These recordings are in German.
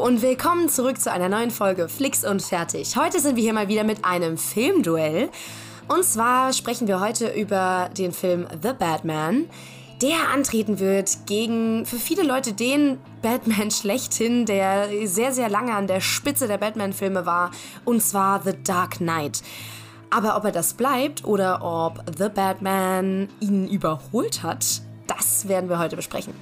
und willkommen zurück zu einer neuen Folge Flix und Fertig. Heute sind wir hier mal wieder mit einem Filmduell. Und zwar sprechen wir heute über den Film The Batman, der antreten wird gegen für viele Leute den Batman schlechthin, der sehr, sehr lange an der Spitze der Batman-Filme war, und zwar The Dark Knight. Aber ob er das bleibt oder ob The Batman ihn überholt hat, das werden wir heute besprechen.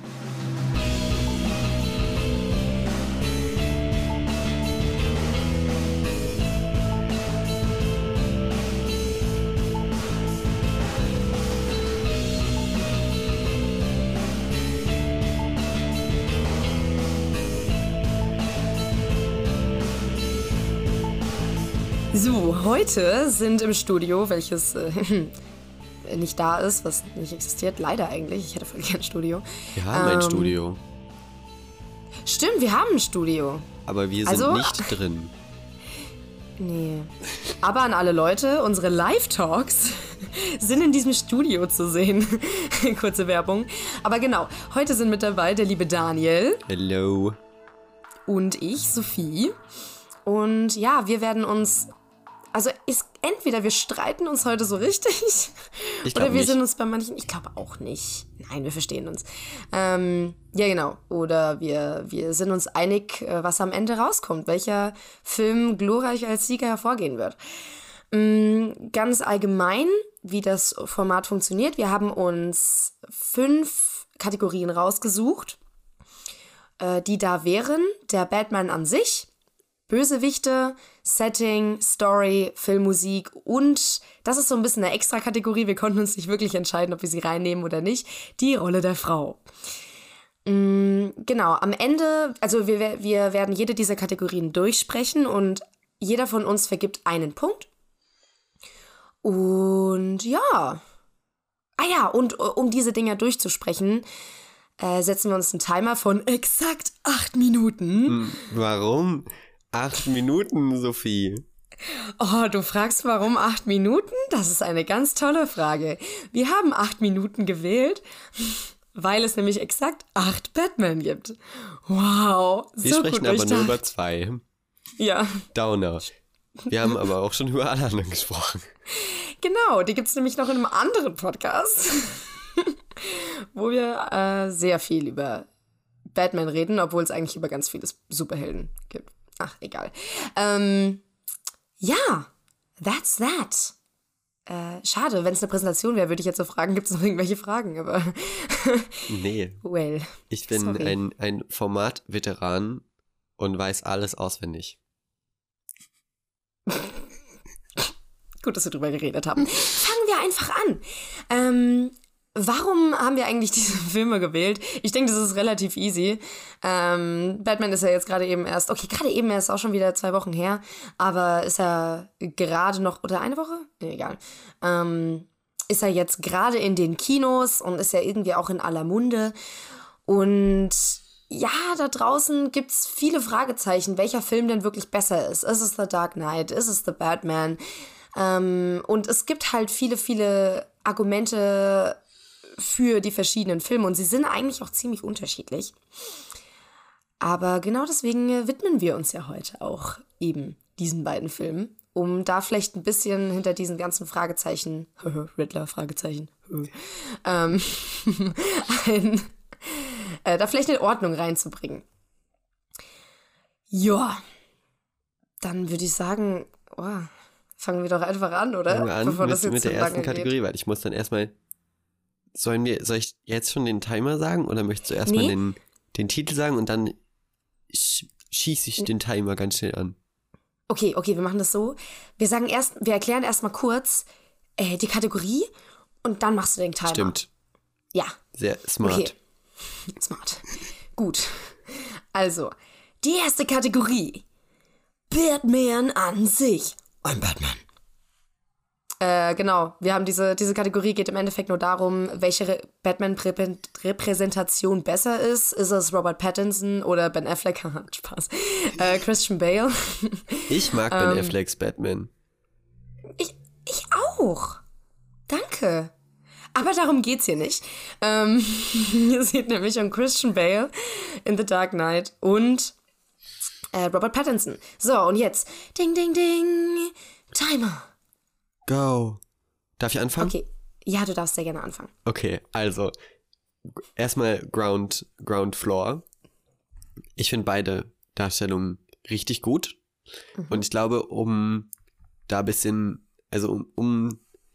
So, heute sind im Studio, welches nicht da ist, was nicht existiert, leider eigentlich, ich hätte voll gerne ein Studio. Wir haben ein Studio. Stimmt, wir haben ein Studio. Aber wir sind nicht drin. Nee. Aber an alle Leute, unsere Live-Talks sind in diesem Studio zu sehen. Kurze Werbung. Aber genau, heute sind mit dabei der liebe Daniel. Hello. Und ich, Sophie. Und ja, wir werden uns... Also entweder wir streiten uns heute so richtig oder wir sind uns bei manchen, ich glaube auch nicht. Nein, wir verstehen uns. Ja, genau. Oder wir sind uns einig, was am Ende rauskommt, welcher Film glorreich als Sieger hervorgehen wird. Ganz allgemein, wie das Format funktioniert. Wir haben uns 5 Kategorien rausgesucht, die da wären: der Batman an sich, Bösewichte, Setting, Story, Filmmusik und, das ist so ein bisschen eine Extra-Kategorie, wir konnten uns nicht wirklich entscheiden, ob wir sie reinnehmen oder nicht, die Rolle der Frau. Genau, am Ende, also wir werden jede dieser Kategorien durchsprechen und jeder von uns vergibt einen Punkt. Und ja. Und um diese Dinger durchzusprechen, setzen wir uns einen Timer von exakt 8 Minuten. Warum? 8 Minuten, Sophie. Oh, du fragst, warum 8 Minuten? Das ist eine ganz tolle Frage. Wir haben 8 Minuten gewählt, weil es nämlich exakt 8 Batman gibt. Wow, so wir sprechen gut aber durchdacht. nur über 2. Ja. Downer. Wir haben aber auch schon über alle anderen gesprochen. Genau, die gibt es nämlich noch in einem anderen Podcast, wo wir sehr viel über Batman reden, obwohl es eigentlich über ganz viele Superhelden gibt. Ach, egal. Ja, that's that. Schade, wenn es eine Präsentation wäre, würde ich jetzt so fragen, gibt es noch irgendwelche Fragen, aber Nee. Well, ich bin ein Format-Veteran und weiß alles auswendig. Gut, dass wir drüber geredet haben. Fangen wir einfach an. Warum haben wir eigentlich diese Filme gewählt? Ich denke, das ist relativ easy. Batman ist ja jetzt gerade eben erst auch schon wieder 2 Wochen her, aber ist ja gerade noch, oder eine Woche? Nee, egal. Ist er jetzt gerade in den Kinos und ist ja irgendwie auch in aller Munde. Und ja, da draußen gibt's viele Fragezeichen, welcher Film denn wirklich besser ist. Ist es The Dark Knight? Ist es The Batman? Und es gibt halt viele, viele Argumente für die verschiedenen Filme und sie sind eigentlich auch ziemlich unterschiedlich. Aber genau deswegen widmen wir uns ja heute auch eben diesen beiden Filmen, um da vielleicht ein bisschen hinter diesen ganzen Fragezeichen, Riddler, Fragezeichen, da vielleicht eine Ordnung reinzubringen. Ja, dann würde ich sagen, fangen wir doch einfach an, oder? Fangen wir an mit der ersten Kategorie, weil ich muss dann erstmal... Soll ich jetzt schon den Timer sagen oder möchtest du erstmal den Titel sagen und dann schieße ich den Timer ganz schnell an? Okay, wir machen das so. Wir erklären erstmal kurz die Kategorie und dann machst du den Timer. Stimmt. Ja. Sehr smart. Okay. Smart. Gut. Also, die erste Kategorie. Batman an sich. Ein Batman. Genau, wir haben diese Kategorie geht im Endeffekt nur darum, welche Batman-Repräsentation besser ist. Ist es Robert Pattinson oder Ben Affleck? Spaß. Christian Bale. Ich mag Ben Afflecks Batman. Ich auch. Danke. Aber darum geht's hier nicht. Es geht nämlich um Christian Bale in The Dark Knight und Robert Pattinson. So, und jetzt. Ding, ding, ding. Timer. Go. Darf ich anfangen? Okay. Ja, du darfst sehr gerne anfangen. Okay, also erstmal Ground Floor. Ich finde beide Darstellungen richtig gut. Und ich glaube, um da ein bisschen, also um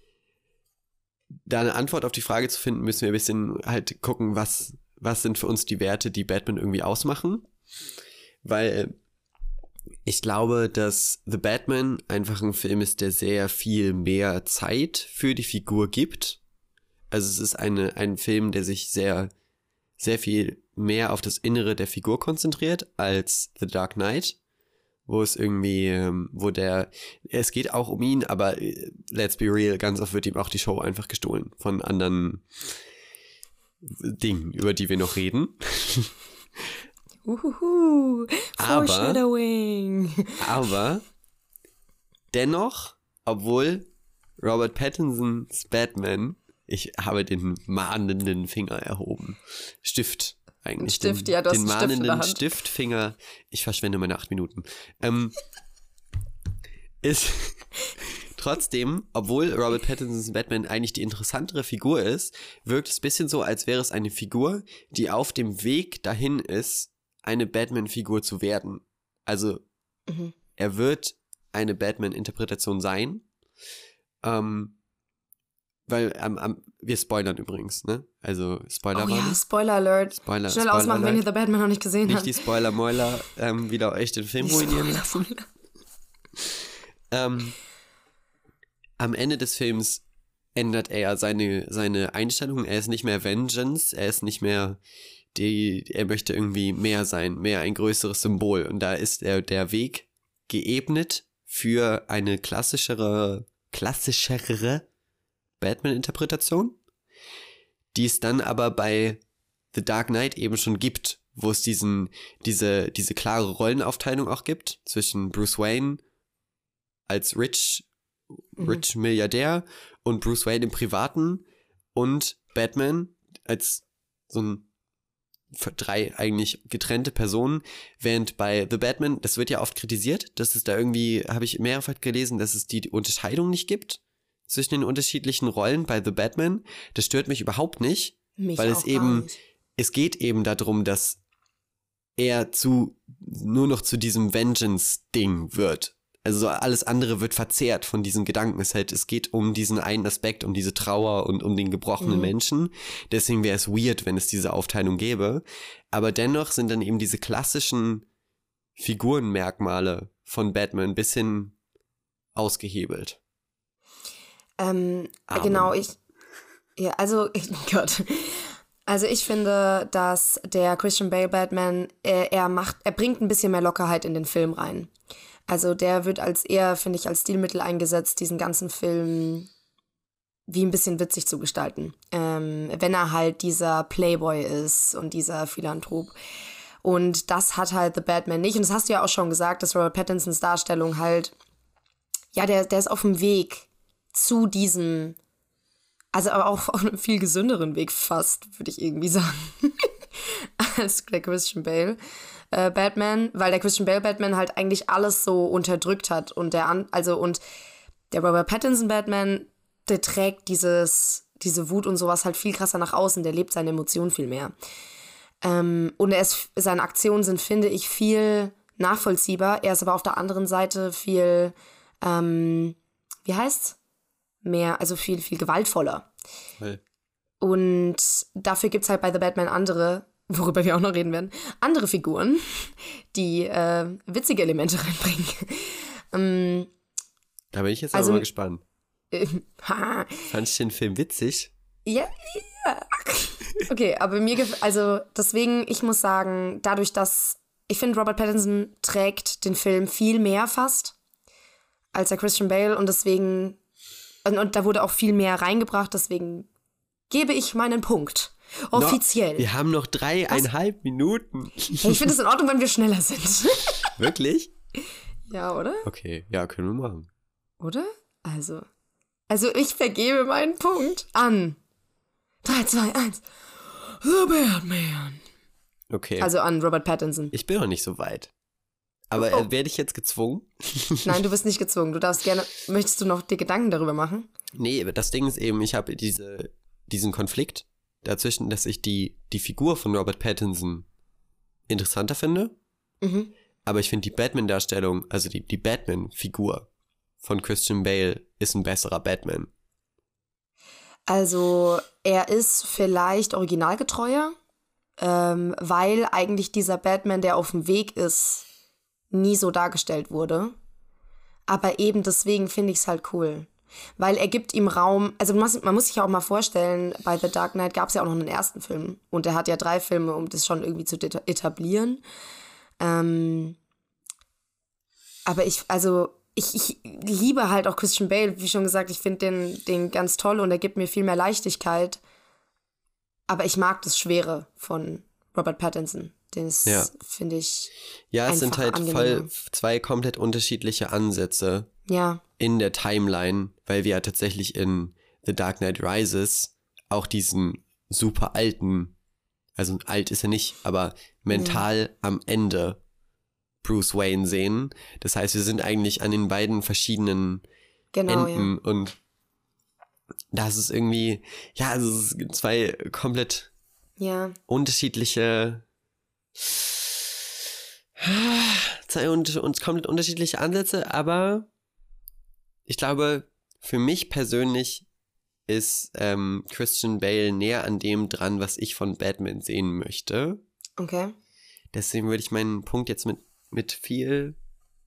da eine Antwort auf die Frage zu finden, müssen wir ein bisschen halt gucken, was sind für uns die Werte, die Batman irgendwie ausmachen. Weil ich glaube, dass The Batman einfach ein Film ist, der sehr viel mehr Zeit für die Figur gibt. Also es ist ein Film, der sich sehr, sehr viel mehr auf das Innere der Figur konzentriert als The Dark Knight, wo es irgendwie, es geht auch um ihn, aber let's be real, ganz oft wird ihm auch die Show einfach gestohlen von anderen Dingen, über die wir noch reden. Foreshadowing. Aber dennoch, obwohl Robert Pattinsons Batman, ich habe den mahnenden Finger erhoben. Stift eigentlich. Stift, ja, du hast den einen Stift in der mahnenden Hand. Stiftfinger. Ich verschwende meine 8 Minuten. Ist trotzdem, obwohl Robert Pattinsons Batman eigentlich die interessantere Figur ist, wirkt es ein bisschen so, als wäre es eine Figur, die auf dem Weg dahin ist, eine Batman-Figur zu werden. Also, er wird eine Batman-Interpretation sein. Weil wir spoilern übrigens, ne? Also Spoiler. Oh ja, Spoiler Alert. Schnell ausmachen, wenn ihr The Batman noch nicht gesehen habt. Nicht die Spoiler-Mäuler wieder euch den Film ruinieren lassen. Am Ende des Films ändert er seine Einstellung. Er ist nicht mehr Vengeance, er ist nicht mehr er möchte irgendwie mehr sein, mehr ein größeres Symbol. Und da ist der Weg geebnet für eine klassischere Batman-Interpretation, die es dann aber bei The Dark Knight eben schon gibt, wo es diese klare Rollenaufteilung auch gibt zwischen Bruce Wayne als Rich Milliardär und Bruce Wayne im Privaten und Batman als so ein 3 eigentlich getrennte Personen, während bei The Batman, das wird ja oft kritisiert, dass es da irgendwie, habe ich mehrfach gelesen, dass es die Unterscheidung nicht gibt zwischen den unterschiedlichen Rollen bei The Batman. Das stört mich überhaupt nicht, weil es geht eben darum, dass er nur noch zu diesem Vengeance-Ding wird. Also so alles andere wird verzerrt von diesen Gedanken. Es geht um diesen einen Aspekt, um diese Trauer und um den gebrochenen Menschen. Deswegen wäre es weird, wenn es diese Aufteilung gäbe. Aber dennoch sind dann eben diese klassischen Figurenmerkmale von Batman ein bisschen ausgehebelt. Genau, Gott. Also ich finde, dass der Christian Bale Batman, er bringt ein bisschen mehr Lockerheit in den Film rein. Also der wird finde ich, als Stilmittel eingesetzt, diesen ganzen Film wie ein bisschen witzig zu gestalten. Wenn er halt dieser Playboy ist und dieser Philanthrop. Und das hat halt The Batman nicht. Und das hast du ja auch schon gesagt, dass Robert Pattinsons Darstellung halt, ja, der ist auf dem Weg zu diesem, also aber auch auf einem viel gesünderen Weg fast, würde ich irgendwie sagen, als der Christian Bale Batman, weil der Christian Bale Batman halt eigentlich alles so unterdrückt hat und der Robert Pattinson Batman, der trägt diese Wut und sowas halt viel krasser nach außen, der lebt seine Emotionen viel mehr. Und seine Aktionen sind, finde ich, viel nachvollziehbar. Er ist aber auf der anderen Seite viel, wie heißt's? Viel, viel gewaltvoller. Hey. Und dafür gibt's halt bei The Batman andere, worüber wir auch noch reden werden, andere Figuren, die witzige Elemente reinbringen. Da bin ich jetzt aber mal gespannt. Fand ich den Film witzig? Ja. Okay, aber deswegen, ich muss sagen, dadurch, dass ich finde, Robert Pattinson trägt den Film viel mehr fast als der Christian Bale und deswegen, und da wurde auch viel mehr reingebracht, deswegen gebe ich meinen Punkt. Offiziell. Wir haben noch 3,5 Minuten. Hey, ich finde es in Ordnung, wenn wir schneller sind. Wirklich? Ja, oder? Okay, ja, können wir machen. Oder? Also ich vergebe meinen Punkt an 3, 2, 1. The Batman. Okay. Also an Robert Pattinson. Ich bin noch nicht so weit. Aber werde ich jetzt gezwungen? Nein, du bist nicht gezwungen. Du darfst gerne. Möchtest du noch dir Gedanken darüber machen? Nee, das Ding ist eben, ich habe diesen Konflikt dazwischen, dass ich die Figur von Robert Pattinson interessanter finde. Mhm. Aber ich finde die Batman-Darstellung, also die Batman-Figur von Christian Bale ist ein besserer Batman. Also, er ist vielleicht originalgetreuer, weil eigentlich dieser Batman, der auf dem Weg ist, nie so dargestellt wurde. Aber eben deswegen finde ich es halt cool. Weil er gibt ihm Raum, also man muss sich ja auch mal vorstellen, bei The Dark Knight gab es ja auch noch einen ersten Film. Und er hat ja 3 Filme, um das schon irgendwie zu etablieren. Aber ich liebe halt auch Christian Bale, wie schon gesagt, ich finde den ganz toll und er gibt mir viel mehr Leichtigkeit. Aber ich mag das Schwere von Robert Pattinson. Das finde ich. Ja, es sind halt angenehmer. 2 komplett unterschiedliche Ansätze Ja. in der Timeline, weil wir ja tatsächlich in The Dark Knight Rises auch diesen super alten, also alt ist er nicht, aber mental am Ende Bruce Wayne sehen. Das heißt, wir sind eigentlich an den beiden verschiedenen Enden und das ist irgendwie, ja, also es sind 2 komplett unterschiedliche und komplett unterschiedliche Ansätze, aber ich glaube, für mich persönlich ist Christian Bale näher an dem dran, was ich von Batman sehen möchte. Okay. Deswegen würde ich meinen Punkt jetzt mit viel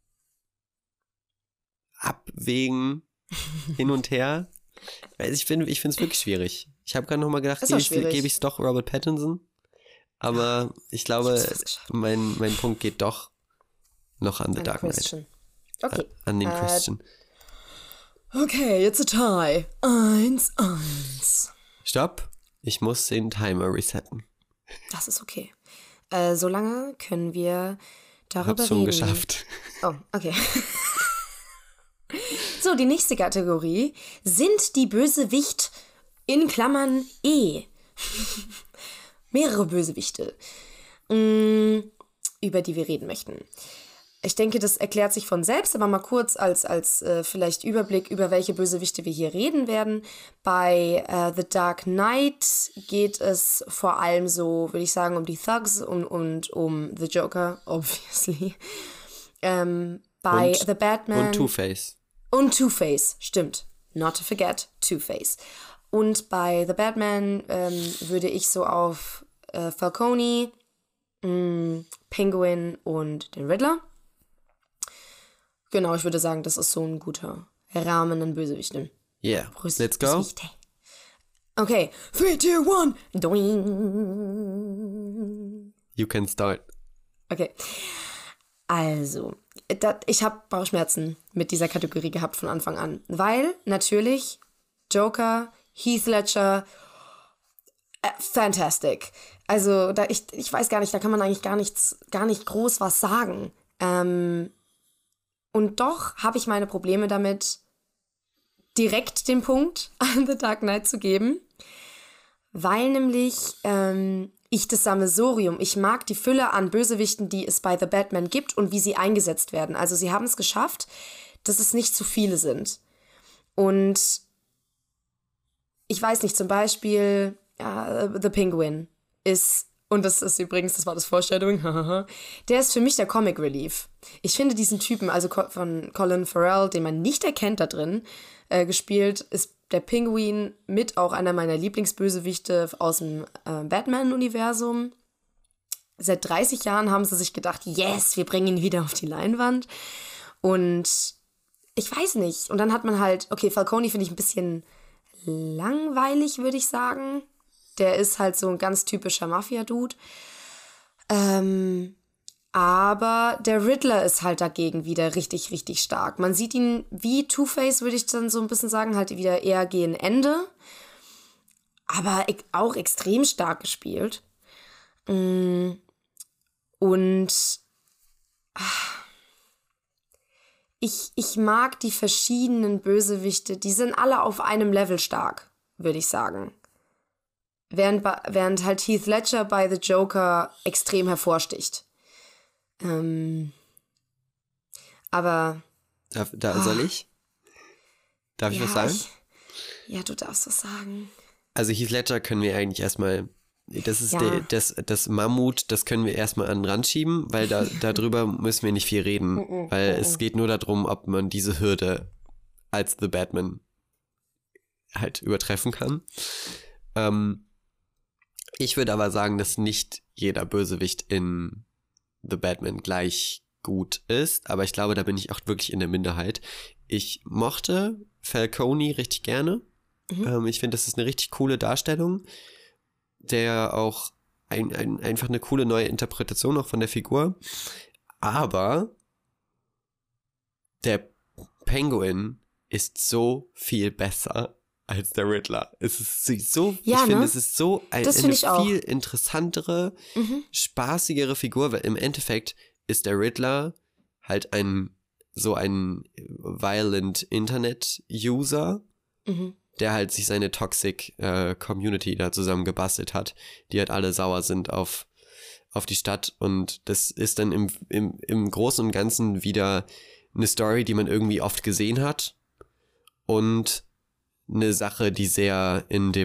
Abwägen hin und her. Weil ich finde es wirklich schwierig. Ich habe gerade nochmal gedacht, gebe ich es doch Robert Pattinson. Aber ich glaube, mein Punkt geht doch noch an The Dark Knight. Okay. An den Christian. Okay, it's a tie. 1-1. Stopp. Ich muss den Timer resetten. Das ist okay. Solange können wir darüber Hab's schon reden. geschafft. Oh, okay. So, die nächste Kategorie sind die Bösewicht in Klammern E. Mehrere Bösewichte, über die wir reden möchten. Ich denke, das erklärt sich von selbst, aber mal kurz als vielleicht Überblick, über welche Bösewichte wir hier reden werden. Bei The Dark Knight geht es vor allem so, würde ich sagen, um die Thugs und um The Joker, obviously. Bei The Batman. Und Two-Face. Und Two-Face, stimmt. Not to forget, Two-Face. Und bei The Batman würde ich so auf Falcone, Penguin und den Riddler. Genau, ich würde sagen, das ist so ein guter Rahmen an Bösewichten. Yeah, let's go. Okay, 3, 2, 1, doing. You can start. Okay, also, ich habe Bauchschmerzen mit dieser Kategorie gehabt von Anfang an, weil natürlich Joker, Heath Ledger, fantastic. Also, ich weiß gar nicht, da kann man eigentlich gar nicht groß was sagen. Und doch habe ich meine Probleme damit, direkt den Punkt an The Dark Knight zu geben, weil nämlich ich das Sammelsurium, ich mag die Fülle an Bösewichten, die es bei The Batman gibt und wie sie eingesetzt werden. Also sie haben es geschafft, dass es nicht zu viele sind. Und ich weiß nicht, zum Beispiel The Penguin ist, und das ist übrigens, das war das Foreshadowing, der ist für mich der Comic Relief. Ich finde diesen Typen, also von Colin Farrell, den man nicht erkennt da drin, gespielt, ist der Penguin mit auch einer meiner Lieblingsbösewichte aus dem Batman-Universum. Seit 30 Jahren haben sie sich gedacht, yes, wir bringen ihn wieder auf die Leinwand. Und ich weiß nicht. Und dann hat man halt, okay, Falcone finde ich ein bisschen langweilig, würde ich sagen. Der ist halt so ein ganz typischer Mafia-Dude. Aber der Riddler ist halt dagegen wieder richtig, richtig stark. Man sieht ihn wie Two-Face, würde ich dann so ein bisschen sagen, halt wieder eher gegen Ende. Aber auch extrem stark gespielt. Und ich mag die verschiedenen Bösewichte. Die sind alle auf einem Level stark, würde ich sagen. Während halt Heath Ledger bei The Joker extrem hervorsticht. Aber... Soll ich? Darf ich was sagen? Ja, du darfst was sagen. Also Heath Ledger können wir eigentlich erstmal, das ist das Mammut, das können wir erstmal an den Rand schieben, weil darüber müssen wir nicht viel reden, weil es geht nur darum, ob man diese Hürde als The Batman halt übertreffen kann. Ich würde aber sagen, dass nicht jeder Bösewicht in The Batman gleich gut ist, aber ich glaube, da bin ich auch wirklich in der Minderheit. Ich mochte Falcone richtig gerne. Ich finde, das ist eine richtig coole Darstellung, der auch einfach eine coole neue Interpretation auch von der Figur. Aber der Penguin ist so viel besser als der Riddler. Es ist so, ich finde, es ist so eine viel interessantere, spaßigere Figur, weil im Endeffekt ist der Riddler halt ein violent Internet-User, der halt sich seine toxic Community da zusammen gebastelt hat, die halt alle sauer sind auf die Stadt, und das ist dann im Großen und Ganzen wieder eine Story, die man irgendwie oft gesehen hat und eine Sache, die sehr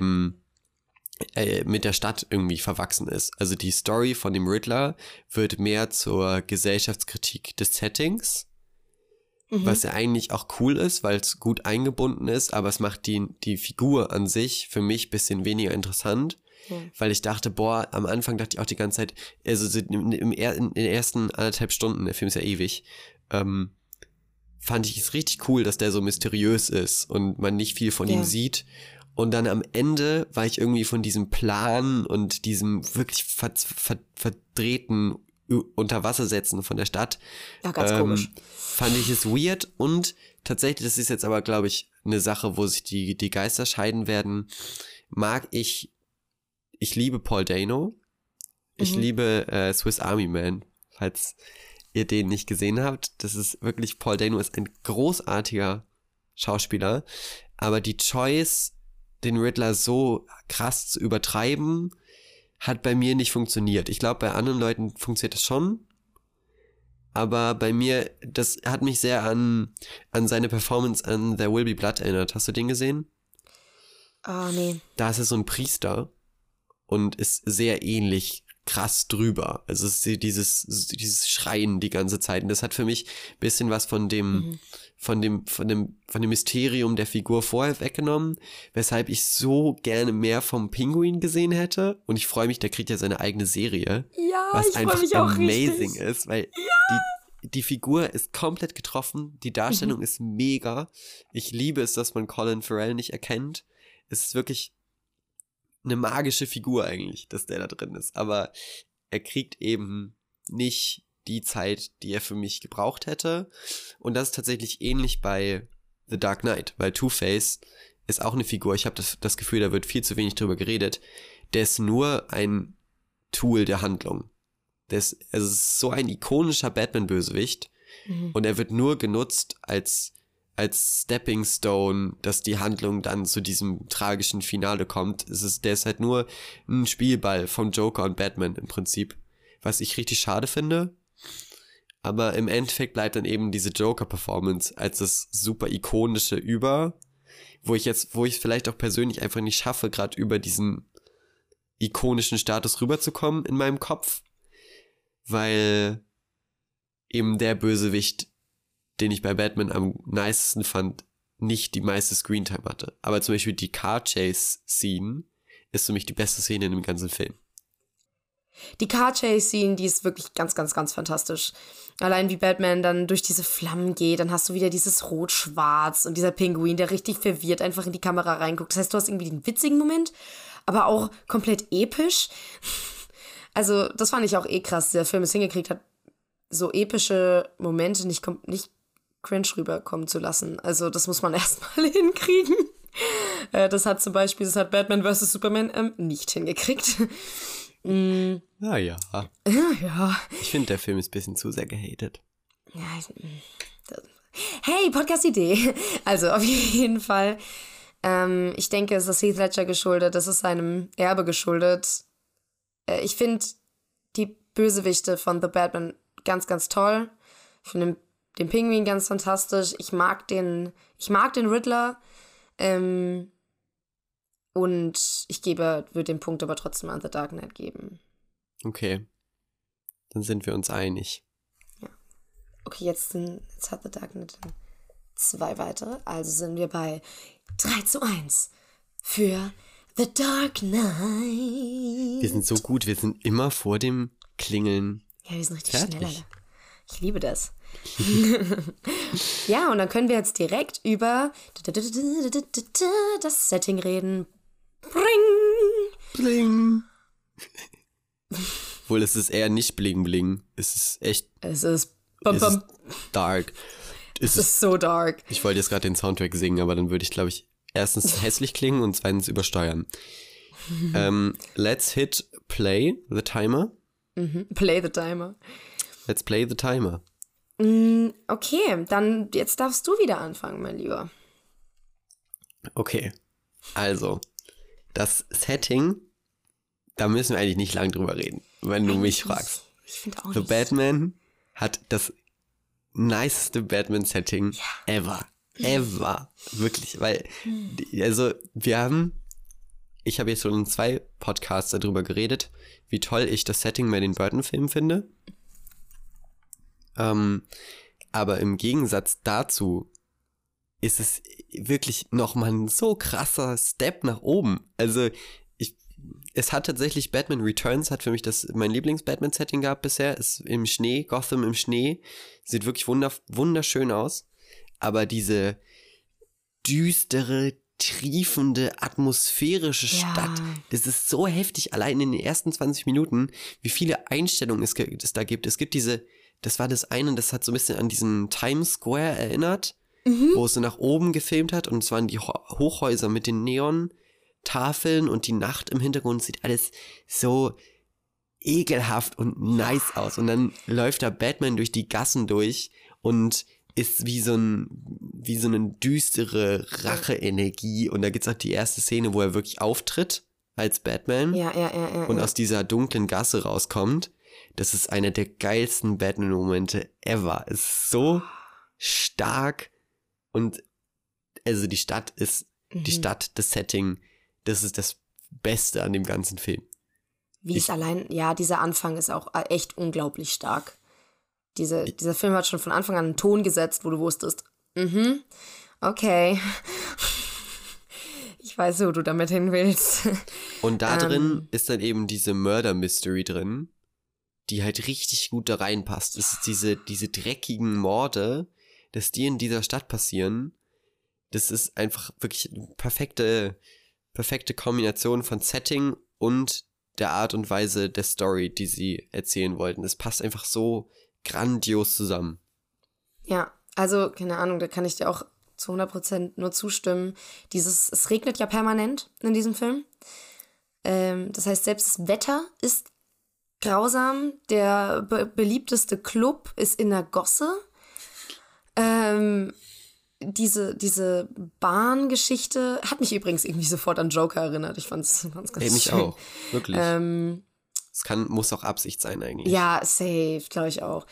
mit der Stadt irgendwie verwachsen ist. Also die Story von dem Riddler wird mehr zur Gesellschaftskritik des Settings, was ja eigentlich auch cool ist, weil es gut eingebunden ist, aber es macht die Figur an sich für mich ein bisschen weniger interessant, weil ich dachte, am Anfang dachte ich auch die ganze Zeit, also in den ersten 1,5 Stunden, der Film ist ja ewig, fand ich es richtig cool, dass der so mysteriös ist und man nicht viel von ihm sieht. Und dann am Ende war ich irgendwie von diesem Plan und diesem wirklich verdrehten Unterwassersetzen von der Stadt. Ja, ganz komisch. Fand ich es weird, und tatsächlich, das ist jetzt aber, glaube ich, eine Sache, wo sich die Geister scheiden werden, ich liebe Paul Dano. Ich liebe Swiss Army Man, falls ihr den nicht gesehen habt. Das ist wirklich, Paul Dano ist ein großartiger Schauspieler, aber die Choice, den Riddler so krass zu übertreiben, hat bei mir nicht funktioniert. Ich glaube, bei anderen Leuten funktioniert das schon, aber bei mir, das hat mich sehr an seine Performance an There Will Be Blood erinnert. Hast du den gesehen? Nee. Da ist er so ein Priester und ist sehr ähnlich krass drüber. Also es ist dieses Schreien die ganze Zeit. Und das hat für mich ein bisschen was von dem Mysterium der Figur vorher weggenommen, weshalb ich so gerne mehr vom Pinguin gesehen hätte. Und ich freue mich, der kriegt ja seine eigene Serie. Ja, was einfach mich auch amazing richtig. ist, weil die Figur ist komplett getroffen. Die Darstellung ist mega. Ich liebe es, dass man Colin Farrell nicht erkennt. Es ist wirklich eine magische Figur eigentlich, dass der da drin ist. Aber er kriegt eben nicht die Zeit, die er für mich gebraucht hätte. Und das ist tatsächlich ähnlich bei The Dark Knight, weil Two-Face ist auch eine Figur, ich habe das Gefühl, da wird viel zu wenig drüber geredet, der ist nur ein Tool der Handlung. Es ist so ein ikonischer Batman-Bösewicht, und er wird nur genutzt als Stepping Stone, dass die Handlung dann zu diesem tragischen Finale kommt. Der ist halt nur ein Spielball vom Joker und Batman im Prinzip, was ich richtig schade finde. Aber im Endeffekt bleibt dann eben diese Joker-Performance als das super ikonische wo ich vielleicht auch persönlich einfach nicht schaffe, gerade über diesen ikonischen Status rüberzukommen in meinem Kopf, weil eben der Bösewicht, den ich bei Batman am nicesten fand, nicht die meiste Screentime hatte. Aber zum Beispiel die Car-Chase-Scene ist für mich die beste Szene in dem ganzen Film. Die Car-Chase-Scene, die ist wirklich ganz, ganz, ganz fantastisch. Allein wie Batman dann durch diese Flammen geht, dann hast du wieder dieses Rot-Schwarz und dieser Pinguin, der richtig verwirrt einfach in die Kamera reinguckt. Das heißt, du hast irgendwie den witzigen Moment, aber auch komplett episch. Also, das fand ich auch krass. Der Film es hingekriegt hat, so epische Momente nicht cringe rüberkommen zu lassen. Also, das muss man erstmal hinkriegen. Das hat Batman vs. Superman nicht hingekriegt. Naja. Ja. Ich finde, der Film ist ein bisschen zu sehr gehatet. Ja, hey, Podcast-Idee. Also, auf jeden Fall. Ich denke, es ist Heath Ledger geschuldet. Das ist seinem Erbe geschuldet. Ich finde die Bösewichte von The Batman ganz, ganz toll. Ich finde den Pinguin ganz fantastisch. Ich mag den Riddler. Und ich würde den Punkt aber trotzdem an The Dark Knight geben. Okay. Dann sind wir uns einig. Ja. Okay, jetzt hat The Dark Knight 2 weitere. Also sind wir bei 3:1 für The Dark Knight. Wir sind so gut, wir sind immer vor dem Klingeln. Ja, wir sind richtig schnell, Alter. Ich liebe das. Ja, und dann können wir jetzt direkt über das Setting reden. Bring! Bling! Obwohl, es ist eher nicht Bling Bling. Es ist echt... Es ist... Bum, bum. Es ist dark. Es ist so dark. Ich wollte jetzt gerade den Soundtrack singen, aber dann würde ich, glaube ich, erstens hässlich klingen und zweitens übersteuern. Let's hit play the timer. Play the timer. Let's play the timer. Okay, dann jetzt darfst du wieder anfangen, mein Lieber. Okay, also, das Setting, da müssen wir eigentlich nicht lang drüber reden, wenn du mich fragst. Ich finde auch The nicht. Batman hat das niceste Batman-Setting ever. Wirklich, weil, also, ich habe jetzt schon in 2 Podcasts darüber geredet, wie toll ich das Setting bei den Burton-Filmen finde. Aber im Gegensatz dazu ist es wirklich nochmal ein so krasser Step nach oben. Also, es hat tatsächlich Batman Returns, hat für mich mein Lieblings-Batman-Setting gehabt bisher. Ist im Schnee, Gotham im Schnee. Sieht wirklich wunderschön aus. Aber diese düstere, triefende, atmosphärische Stadt, das ist so heftig. Allein in den ersten 20 Minuten, wie viele Einstellungen es da gibt. Es gibt das war das eine, das hat so ein bisschen an diesen Times Square erinnert, wo es so nach oben gefilmt hat. Und es waren die Hochhäuser mit den Neon-Tafeln und die Nacht im Hintergrund. Sieht alles so ekelhaft und nice aus. Und dann läuft da Batman durch die Gassen durch und ist wie so eine düstere Rache-Energie. Und da gibt's auch die erste Szene, wo er wirklich auftritt als Batman. Ja. Und aus dieser dunklen Gasse rauskommt. Das ist einer der geilsten Batman-Momente ever. Ist so stark. Und also die Stadt, das Setting, das ist das Beste an dem ganzen Film. Dieser Anfang ist auch echt unglaublich stark. Dieser Film hat schon von Anfang an einen Ton gesetzt, wo du wusstest, okay. Ich weiß, wo du damit hin willst. Und da drin ist dann eben diese Murder Mystery drin, die halt richtig gut da reinpasst. Es ist diese dreckigen Morde, dass die in dieser Stadt passieren. Das ist einfach wirklich eine perfekte Kombination von Setting und der Art und Weise der Story, die sie erzählen wollten. Es passt einfach so grandios zusammen. Ja, also, keine Ahnung, da kann ich dir auch zu 100% nur zustimmen. Es regnet ja permanent in diesem Film. Das heißt, selbst das Wetter ist grausam. Der beliebteste Club ist in der Gosse. Diese Bahngeschichte hat mich übrigens irgendwie sofort an Joker erinnert. Ich fand's ganz mich schön. auch, wirklich. Es muss auch Absicht sein eigentlich. Ja, safe, glaube ich auch.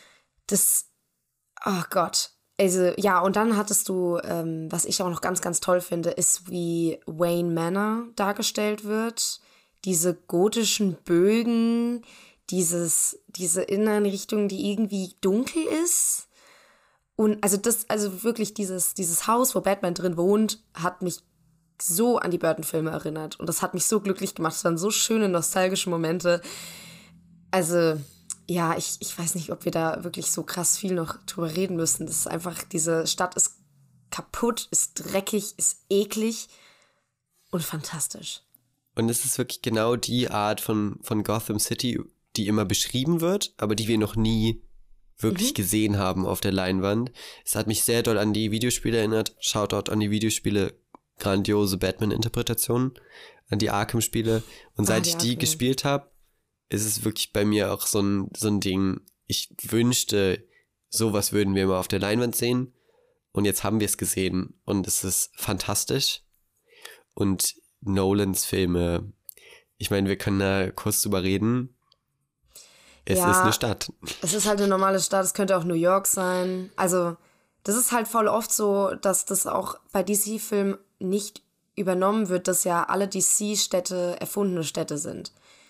Oh Gott. Also, ja, und dann hattest du, was ich auch noch ganz, ganz toll finde, ist, wie Wayne Manor dargestellt wird. Diese gotischen Bögen, diese Innenrichtung, die irgendwie dunkel ist. Und also wirklich dieses Haus, wo Batman drin wohnt, hat mich so an die Burton-Filme erinnert. Und das hat mich so glücklich gemacht. Es waren so schöne, nostalgische Momente. Also, ja, ich weiß nicht, ob wir da wirklich so krass viel noch drüber reden müssen. Das ist einfach, diese Stadt ist kaputt, ist dreckig, ist eklig und fantastisch. Und es ist wirklich genau die Art von Gotham City, die immer beschrieben wird, aber die wir noch nie wirklich gesehen haben auf der Leinwand. Es hat mich sehr doll an die Videospiele erinnert. Shoutout an die Videospiele, grandiose Batman-Interpretationen, an die Arkham-Spiele. Und seit ich die gespielt habe, ist es wirklich bei mir auch so ein Ding, ich wünschte, sowas würden wir mal auf der Leinwand sehen. Und jetzt haben wir es gesehen und es ist fantastisch. Und Nolans Filme, ich meine, wir können da kurz drüber reden. Es ist eine Stadt. Es ist halt eine normale Stadt, es könnte auch New York sein. Also, das ist halt voll oft so, dass das auch bei DC-Filmen nicht übernommen wird, dass ja alle DC-Städte erfundene Städte sind.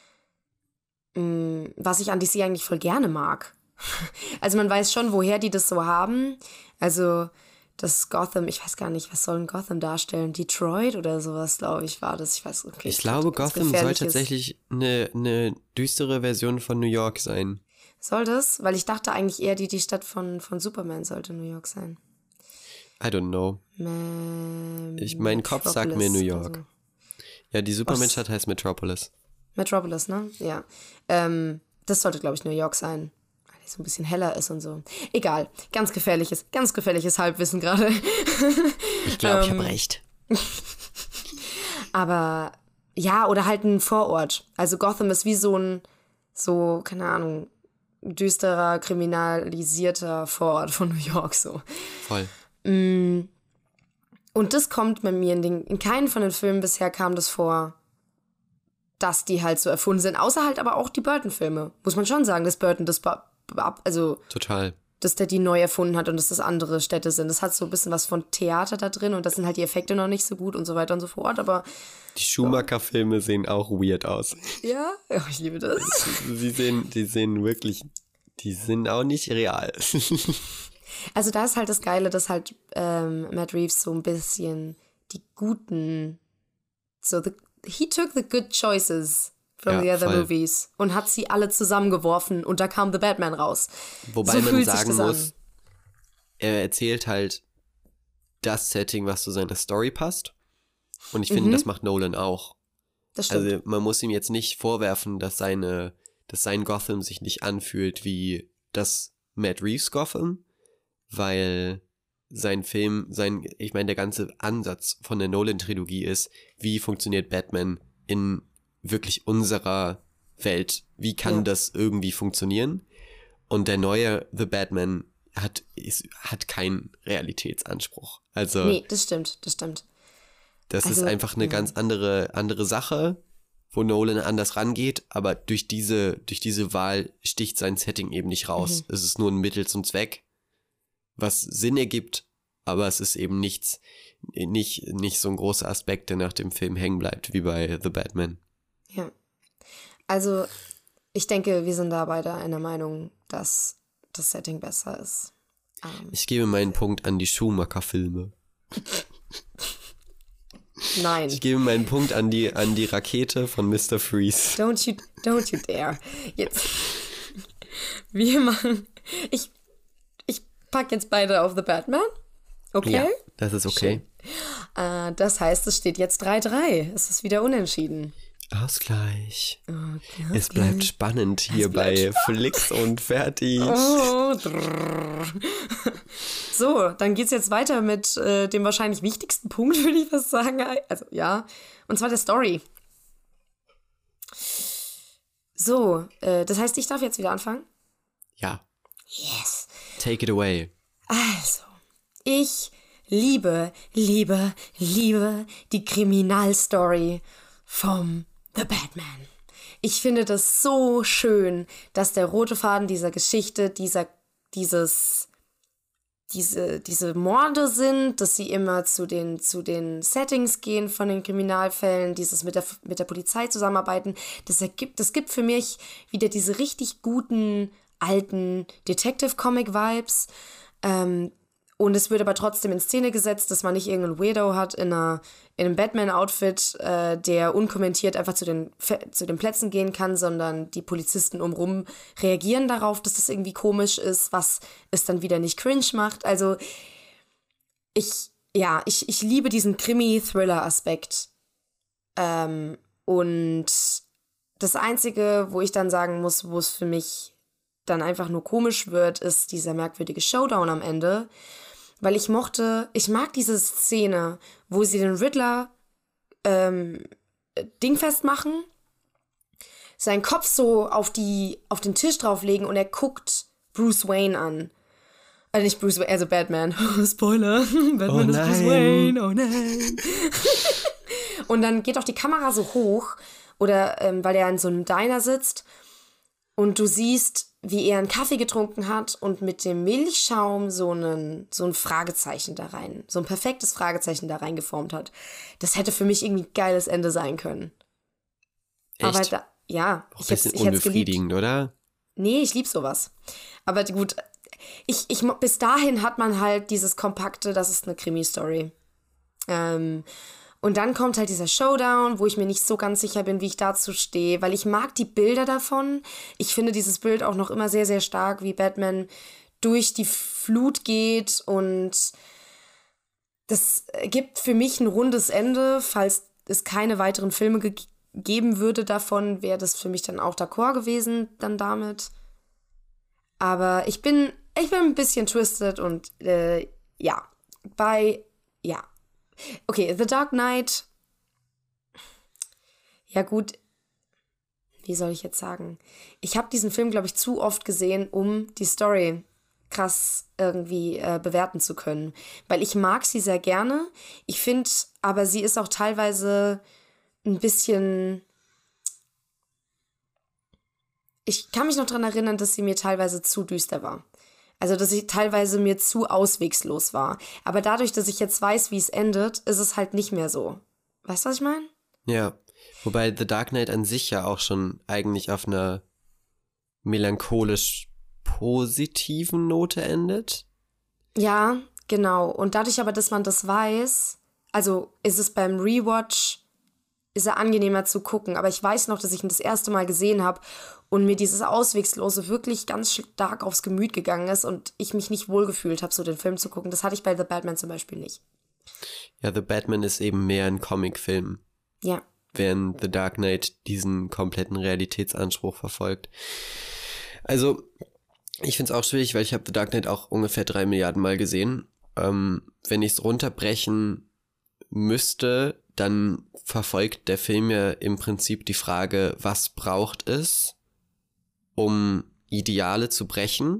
Was ich an DC eigentlich voll gerne mag. Also man weiß schon, woher die das so haben. Also das Gotham, ich weiß gar nicht, was soll ein Gotham darstellen? Detroit oder sowas, glaube ich, war das. Ich weiß, okay. Ich glaube, Gotham soll tatsächlich eine düstere Version von New York sein. Soll das? Weil ich dachte eigentlich eher, die Stadt von Superman sollte New York sein. I don't know. Mein Kopf sagt mir New York. Also. Ja, die Superman-Stadt heißt Metropolis. Metropolis, ne? Ja. Das sollte, glaube ich, New York sein. Weil die so ein bisschen heller ist und so. Egal. Ganz gefährliches Halbwissen gerade. Ich glaube, ich habe recht. Aber ja, oder halt ein Vorort. Also Gotham ist wie keine Ahnung, düsterer, kriminalisierter Vorort von New York so. Voll. Und das kommt bei mir in keinen von den Filmen bisher kam das vor, dass die halt so erfunden sind. Außer halt aber auch die Burton-Filme. Muss man schon sagen, dass Burton total. Dass der die neu erfunden hat und dass das andere Städte sind. Das hat so ein bisschen was von Theater da drin und das sind halt die Effekte noch nicht so gut und so weiter und so fort, aber die Schumacher-Filme sehen auch weird aus. Ja, ich liebe das. Die sehen wirklich, die sind auch nicht real. Also da ist halt das Geile, dass halt Matt Reeves so ein bisschen die guten, he took the good choices from the other movies und hat sie alle zusammengeworfen und da kam The Batman raus. Wobei man sagen muss, er erzählt halt das Setting, was zu seiner Story passt. Und ich finde, das macht Nolan auch. Das stimmt. Also man muss ihm jetzt nicht vorwerfen, dass sein Gotham sich nicht anfühlt wie das Matt Reeves Gotham, weil sein Film, ich meine, der ganze Ansatz von der Nolan-Trilogie ist, wie funktioniert Batman in wirklich unserer Welt? Wie kann das irgendwie funktionieren? Und der neue The Batman hat keinen Realitätsanspruch. Also nee, das stimmt. Das ist einfach eine ganz andere Sache, wo Nolan anders rangeht, aber durch diese Wahl sticht sein Setting eben nicht raus. Es ist nur ein Mittel zum Zweck, was Sinn ergibt, aber es ist eben nicht so ein großer Aspekt, der nach dem Film hängen bleibt, wie bei The Batman. Ja. Also, ich denke, wir sind da beide einer Meinung, dass das Setting besser ist. Ich gebe meinen Punkt an die Schumacher-Filme. Nein. Ich gebe meinen Punkt an die Rakete von Mr. Freeze. Don't you dare. Jetzt. Wir machen. Ich pack jetzt beide auf The Batman. Okay? Ja, das ist okay. Das heißt, es steht jetzt 3-3. Es ist wieder unentschieden. Ausgleich. Es bleibt spannend hier bei Flix und Fertig. So, dann geht's jetzt weiter mit dem wahrscheinlich wichtigsten Punkt, würde ich fast sagen. Also, ja. Und zwar der Story. So, das heißt, ich darf jetzt wieder anfangen? Ja. Yes. Take it away. Also, ich liebe die Kriminalstory vom The Batman. Ich finde das so schön, dass der rote Faden dieser Geschichte, diese Morde sind, dass sie immer zu den Settings gehen von den Kriminalfällen, dieses mit der Polizei zusammenarbeiten. Das gibt für mich wieder diese richtig guten, alten Detective-Comic-Vibes. Und es wird aber trotzdem in Szene gesetzt, dass man nicht irgendeinen Weirdo hat in einem Batman-Outfit, der unkommentiert einfach zu den Plätzen gehen kann, sondern die Polizisten umrum reagieren darauf, dass das irgendwie komisch ist, was es dann wieder nicht cringe macht. Also ich liebe diesen Krimi-Thriller-Aspekt. Und das Einzige, wo ich dann sagen muss, wo es für mich dann einfach nur komisch wird, ist dieser merkwürdige Showdown am Ende. Weil ich mag diese Szene, wo sie den Riddler dingfest machen, seinen Kopf so auf den Tisch drauflegen und er guckt Bruce Wayne an. Also nicht Bruce Wayne, also Batman. Spoiler. Batman ist Bruce Wayne. Oh nein. Und dann geht auch die Kamera so hoch, oder weil er in so einem Diner sitzt. Und du siehst, wie er einen Kaffee getrunken hat und mit dem Milchschaum so ein Fragezeichen da rein, so ein perfektes Fragezeichen da rein geformt hat. Das hätte für mich irgendwie ein geiles Ende sein können. Echt? Aber ja. Auch ein bisschen unbefriedigend, oder? Nee, ich lieb sowas. Aber gut, bis dahin hat man halt dieses Kompakte, das ist eine Krimi-Story. Und dann kommt halt dieser Showdown, wo ich mir nicht so ganz sicher bin, wie ich dazu stehe, weil ich mag die Bilder davon. Ich finde dieses Bild auch noch immer sehr, sehr stark, wie Batman durch die Flut geht, und das gibt für mich ein rundes Ende. Falls es keine weiteren Filme geben würde davon, wäre das für mich dann auch d'accord gewesen dann damit. Aber ich bin ein bisschen twisted und ja. Okay, The Dark Knight. Ja gut, wie soll ich jetzt sagen? Ich habe diesen Film, glaube ich, zu oft gesehen, um die Story krass irgendwie bewerten zu können. Weil ich mag sie sehr gerne. Ich finde, aber sie ist auch teilweise ein bisschen... Ich kann mich noch daran erinnern, dass sie mir teilweise zu düster war. Also, dass sie teilweise mir zu auswegslos war. Aber dadurch, dass ich jetzt weiß, wie es endet, ist es halt nicht mehr so. Weißt du, was ich meine? Ja, wobei The Dark Knight an sich ja auch schon eigentlich auf einer melancholisch positiven Note endet. Ja, genau. Und dadurch aber, dass man das weiß, also ist es beim Rewatch, ist er angenehmer zu gucken. Aber ich weiß noch, dass ich ihn das erste Mal gesehen habe und mir dieses Auswegslose wirklich ganz stark aufs Gemüt gegangen ist und ich mich nicht wohlgefühlt habe, so den Film zu gucken. Das hatte ich bei The Batman zum Beispiel nicht. Ja, The Batman ist eben mehr ein Comicfilm. Ja. Während The Dark Knight diesen kompletten Realitätsanspruch verfolgt. Also, ich finde es auch schwierig, weil ich habe The Dark Knight auch ungefähr 3 Milliarden Mal gesehen. Wenn ich es runterbrechen müsste, dann verfolgt der Film ja im Prinzip die Frage, was braucht es, um Ideale zu brechen?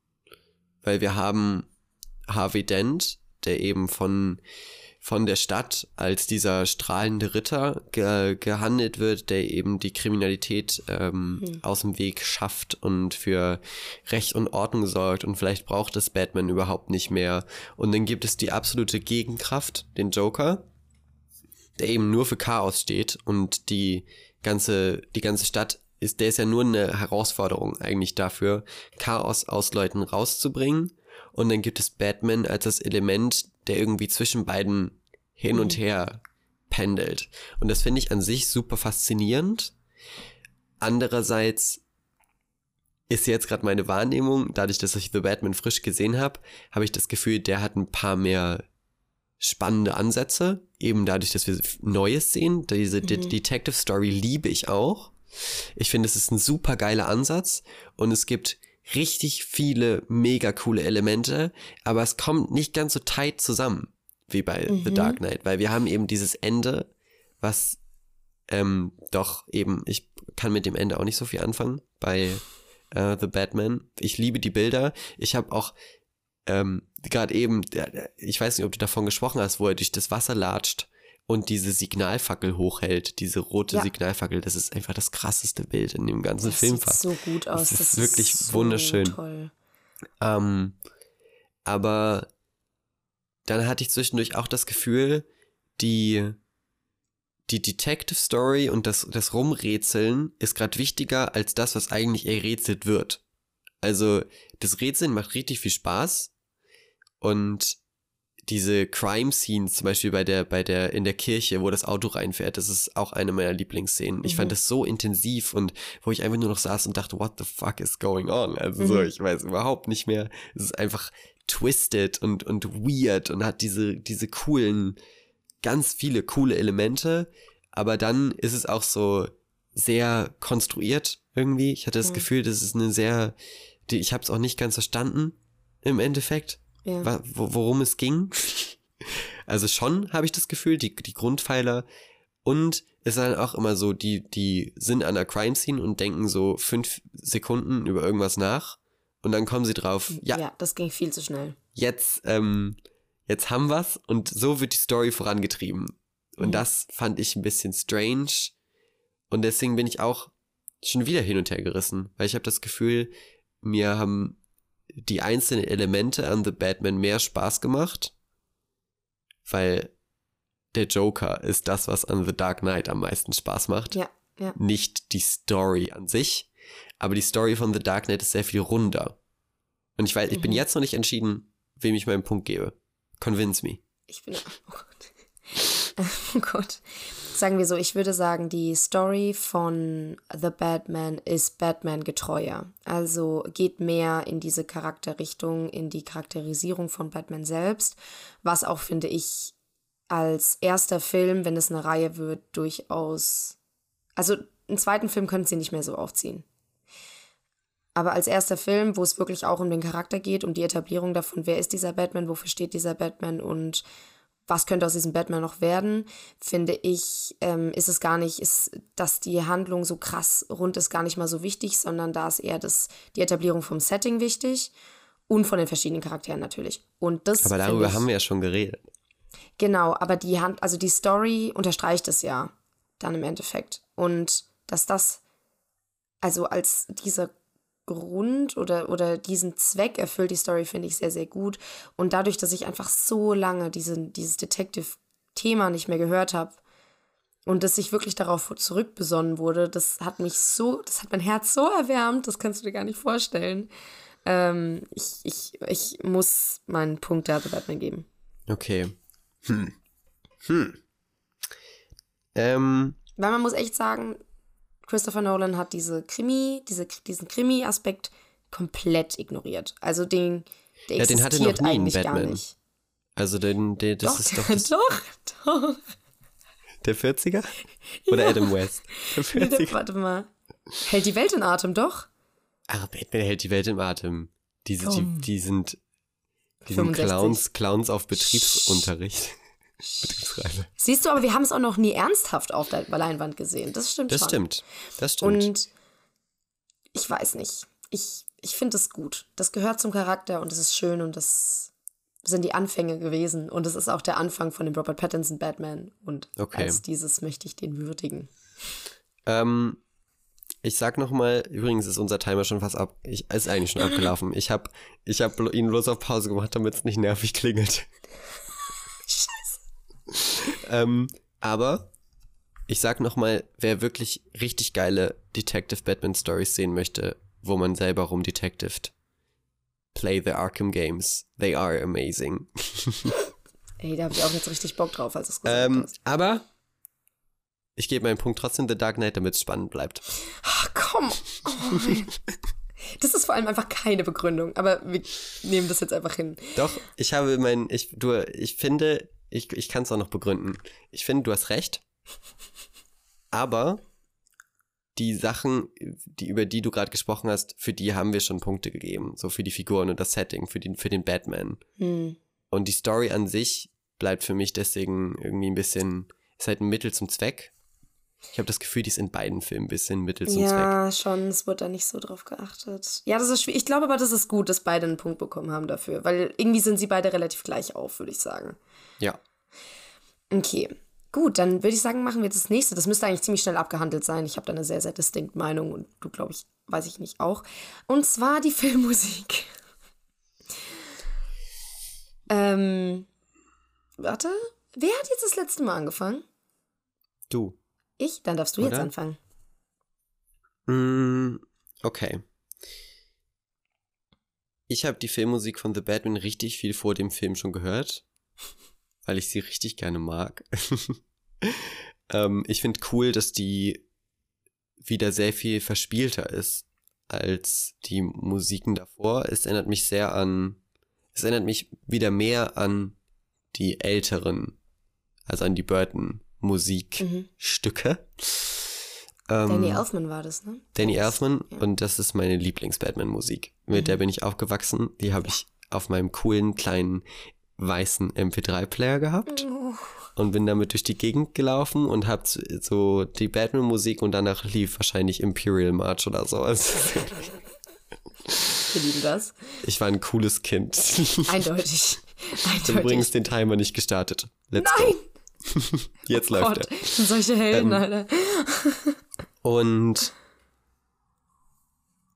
Weil wir haben Harvey Dent, der eben von der Stadt als dieser strahlende Ritter gehandelt wird, der eben die Kriminalität aus dem Weg schafft und für Recht und Ordnung sorgt, und vielleicht braucht es Batman überhaupt nicht mehr. Und dann gibt es die absolute Gegenkraft, den Joker, der eben nur für Chaos steht, und die ganze Stadt der ist ja nur eine Herausforderung eigentlich dafür, Chaos aus Leuten rauszubringen. Und dann gibt es Batman als das Element, der irgendwie zwischen beiden hin und her pendelt. Und das finde ich an sich super faszinierend. Andererseits ist jetzt gerade meine Wahrnehmung, dadurch, dass ich The Batman frisch gesehen habe ich das Gefühl, der hat ein paar mehr spannende Ansätze. Eben dadurch, dass wir Neues sehen. Diese Detective Story liebe ich auch. Ich finde, es ist ein super geiler Ansatz und es gibt richtig viele mega coole Elemente, aber es kommt nicht ganz so tight zusammen wie bei The Dark Knight, weil wir haben eben dieses Ende, was doch eben, ich kann mit dem Ende auch nicht so viel anfangen bei The Batman. Ich liebe die Bilder. Ich habe auch gerade eben, ich weiß nicht, ob du davon gesprochen hast, wo er durch das Wasser latscht und diese Signalfackel hochhält, diese rote Signalfackel, das ist einfach das krasseste Bild in dem ganzen Film fast. Das sieht so gut aus. Das ist wirklich so wunderschön. Toll. Aber dann hatte ich zwischendurch auch das Gefühl, die Detective Story und das Rumrätseln ist gerade wichtiger als das, was eigentlich errätselt wird. Also das Rätseln macht richtig viel Spaß und diese Crime-Scenes, zum Beispiel in der Kirche, wo das Auto reinfährt, das ist auch eine meiner Lieblingsszenen. Ich fand das so intensiv und wo ich einfach nur noch saß und dachte, what the fuck is going on? Also so, ich weiß überhaupt nicht mehr. Es ist einfach twisted und weird und hat diese coolen, ganz viele coole Elemente, aber dann ist es auch so sehr konstruiert irgendwie. Ich hatte das Gefühl, das ist ich habe es auch nicht ganz verstanden im Endeffekt. Ja. Worum es ging. Also schon habe ich das Gefühl, die Grundpfeiler, und es ist dann auch immer so, die sind an einer Crime-Scene und denken so 5 Sekunden über irgendwas nach und dann kommen sie drauf, ja, das ging viel zu schnell. Jetzt haben wir's, und so wird die Story vorangetrieben. Und das fand ich ein bisschen strange und deswegen bin ich auch schon wieder hin und her gerissen, weil ich habe das Gefühl, mir haben die einzelnen Elemente an The Batman mehr Spaß gemacht, weil der Joker ist das, was an The Dark Knight am meisten Spaß macht. Ja. Nicht die Story an sich, aber die Story von The Dark Knight ist sehr viel runder. Und ich weiß, ich bin jetzt noch nicht entschieden, wem ich meinen Punkt gebe. Convince me. Oh Gott. Oh Gott. Sagen wir so, ich würde sagen, die Story von The Batman ist Batman getreuer. Also geht mehr in diese Charakterrichtung, in die Charakterisierung von Batman selbst, was auch, finde ich, als erster Film, wenn es eine Reihe wird, durchaus... Also einen zweiten Film können sie nicht mehr so aufziehen. Aber als erster Film, wo es wirklich auch um den Charakter geht, um die Etablierung davon, wer ist dieser Batman, wofür steht dieser Batman und was könnte aus diesem Batman noch werden, finde ich, ist es gar nicht, dass die Handlung so krass rund ist, gar nicht mal so wichtig, sondern da ist eher die Etablierung vom Setting wichtig und von den verschiedenen Charakteren natürlich. Und das, aber darüber haben wir ja schon geredet. Genau, aber die Story unterstreicht es ja dann im Endeffekt. Und dass das also als dieser Grund oder diesen Zweck erfüllt die Story, finde ich sehr, sehr gut. Und dadurch, dass ich einfach so lange dieses Detective-Thema nicht mehr gehört habe und dass ich wirklich darauf zurückbesonnen wurde, das hat mein Herz so erwärmt, das kannst du dir gar nicht vorstellen. Ich muss meinen Punkt der The Batman geben. Okay. Weil man muss echt sagen, Christopher Nolan hat diesen Krimi-Aspekt komplett ignoriert. Also der existiert hatte noch nie eigentlich einen Batman. gar nicht. Also das Doch, ist doch das, doch. der 40er? Oder Ja. Adam West? Der 40er. Warte mal. Hält die Welt in Atem, doch? Ach, Batman hält die Welt im Atem. Die sind 65. Clowns auf Betriebsunterricht. Betriebsreise. Siehst du, aber wir haben es auch noch nie ernsthaft auf der Leinwand gesehen. Das stimmt schon. Das stimmt. Und ich weiß nicht. Ich finde es gut. Das gehört zum Charakter und es ist schön und das sind die Anfänge gewesen. Und es ist auch der Anfang von dem Robert Pattinson Batman. Und als dieses möchte ich den würdigen. Ich sag nochmal, übrigens ist unser Timer schon fast ist eigentlich schon abgelaufen. Ich hab ihn bloß auf Pause gemacht, damit es nicht nervig klingelt. Aber ich sag nochmal, wer wirklich richtig geile Detective Batman Stories sehen möchte, wo man selber rumdetectived, play the Arkham Games. They are amazing. Ey, da habe ich auch jetzt richtig Bock drauf, als du es gesagt hast. Aber ich gebe meinen Punkt trotzdem The Dark Knight, damit es spannend bleibt. Ach, komm. Oh, das ist vor allem einfach keine Begründung, aber wir nehmen das jetzt einfach hin. Doch, ich finde, ich kann es auch noch begründen. Ich finde, du hast recht, aber die Sachen, über die du gerade gesprochen hast, für die haben wir schon Punkte gegeben. So für die Figuren und das Setting, für den Batman. Und die Story an sich bleibt für mich deswegen irgendwie ein bisschen, ist halt ein Mittel zum Zweck. Ich habe das Gefühl, die ist in beiden Filmen ein bisschen Mittel zum Zweck. Ja, schon, es wird da nicht so drauf geachtet. Ja, das ist schwierig. Ich glaube aber, das ist gut, dass beide einen Punkt bekommen haben dafür, weil irgendwie sind sie beide relativ gleich auf, würde ich sagen. Ja. Okay, gut, dann würde ich sagen, machen wir jetzt das nächste. Das müsste eigentlich ziemlich schnell abgehandelt sein. Ich habe da eine sehr, sehr distinkt Meinung und du, glaube ich, weiß ich nicht auch. Und zwar die Filmmusik. Warte, wer hat jetzt das letzte Mal angefangen? Du. Ich? Dann darfst du jetzt anfangen. Okay. Ich habe die Filmmusik von The Batman richtig viel vor dem Film schon gehört, weil ich sie richtig gerne mag. Ich finde cool, dass die wieder sehr viel verspielter ist als die Musiken davor. Es erinnert mich wieder mehr an die älteren, also an die Burton-Musikstücke. Danny Elfman war das, ne? Danny Elfman, ja. Und das ist meine Lieblings-Batman-Musik. Mit der bin ich aufgewachsen. Die habe ich auf meinem coolen, kleinen, weißen MP3-Player gehabt. Und bin damit durch die Gegend gelaufen und hab so die Batman-Musik und danach lief wahrscheinlich Imperial March oder so. Also wir lieben das. Ich war ein cooles Kind. Eindeutig. Übrigens den Timer nicht gestartet. Nein! Go. Jetzt läuft er. Das sind solche Helden, Alter. Und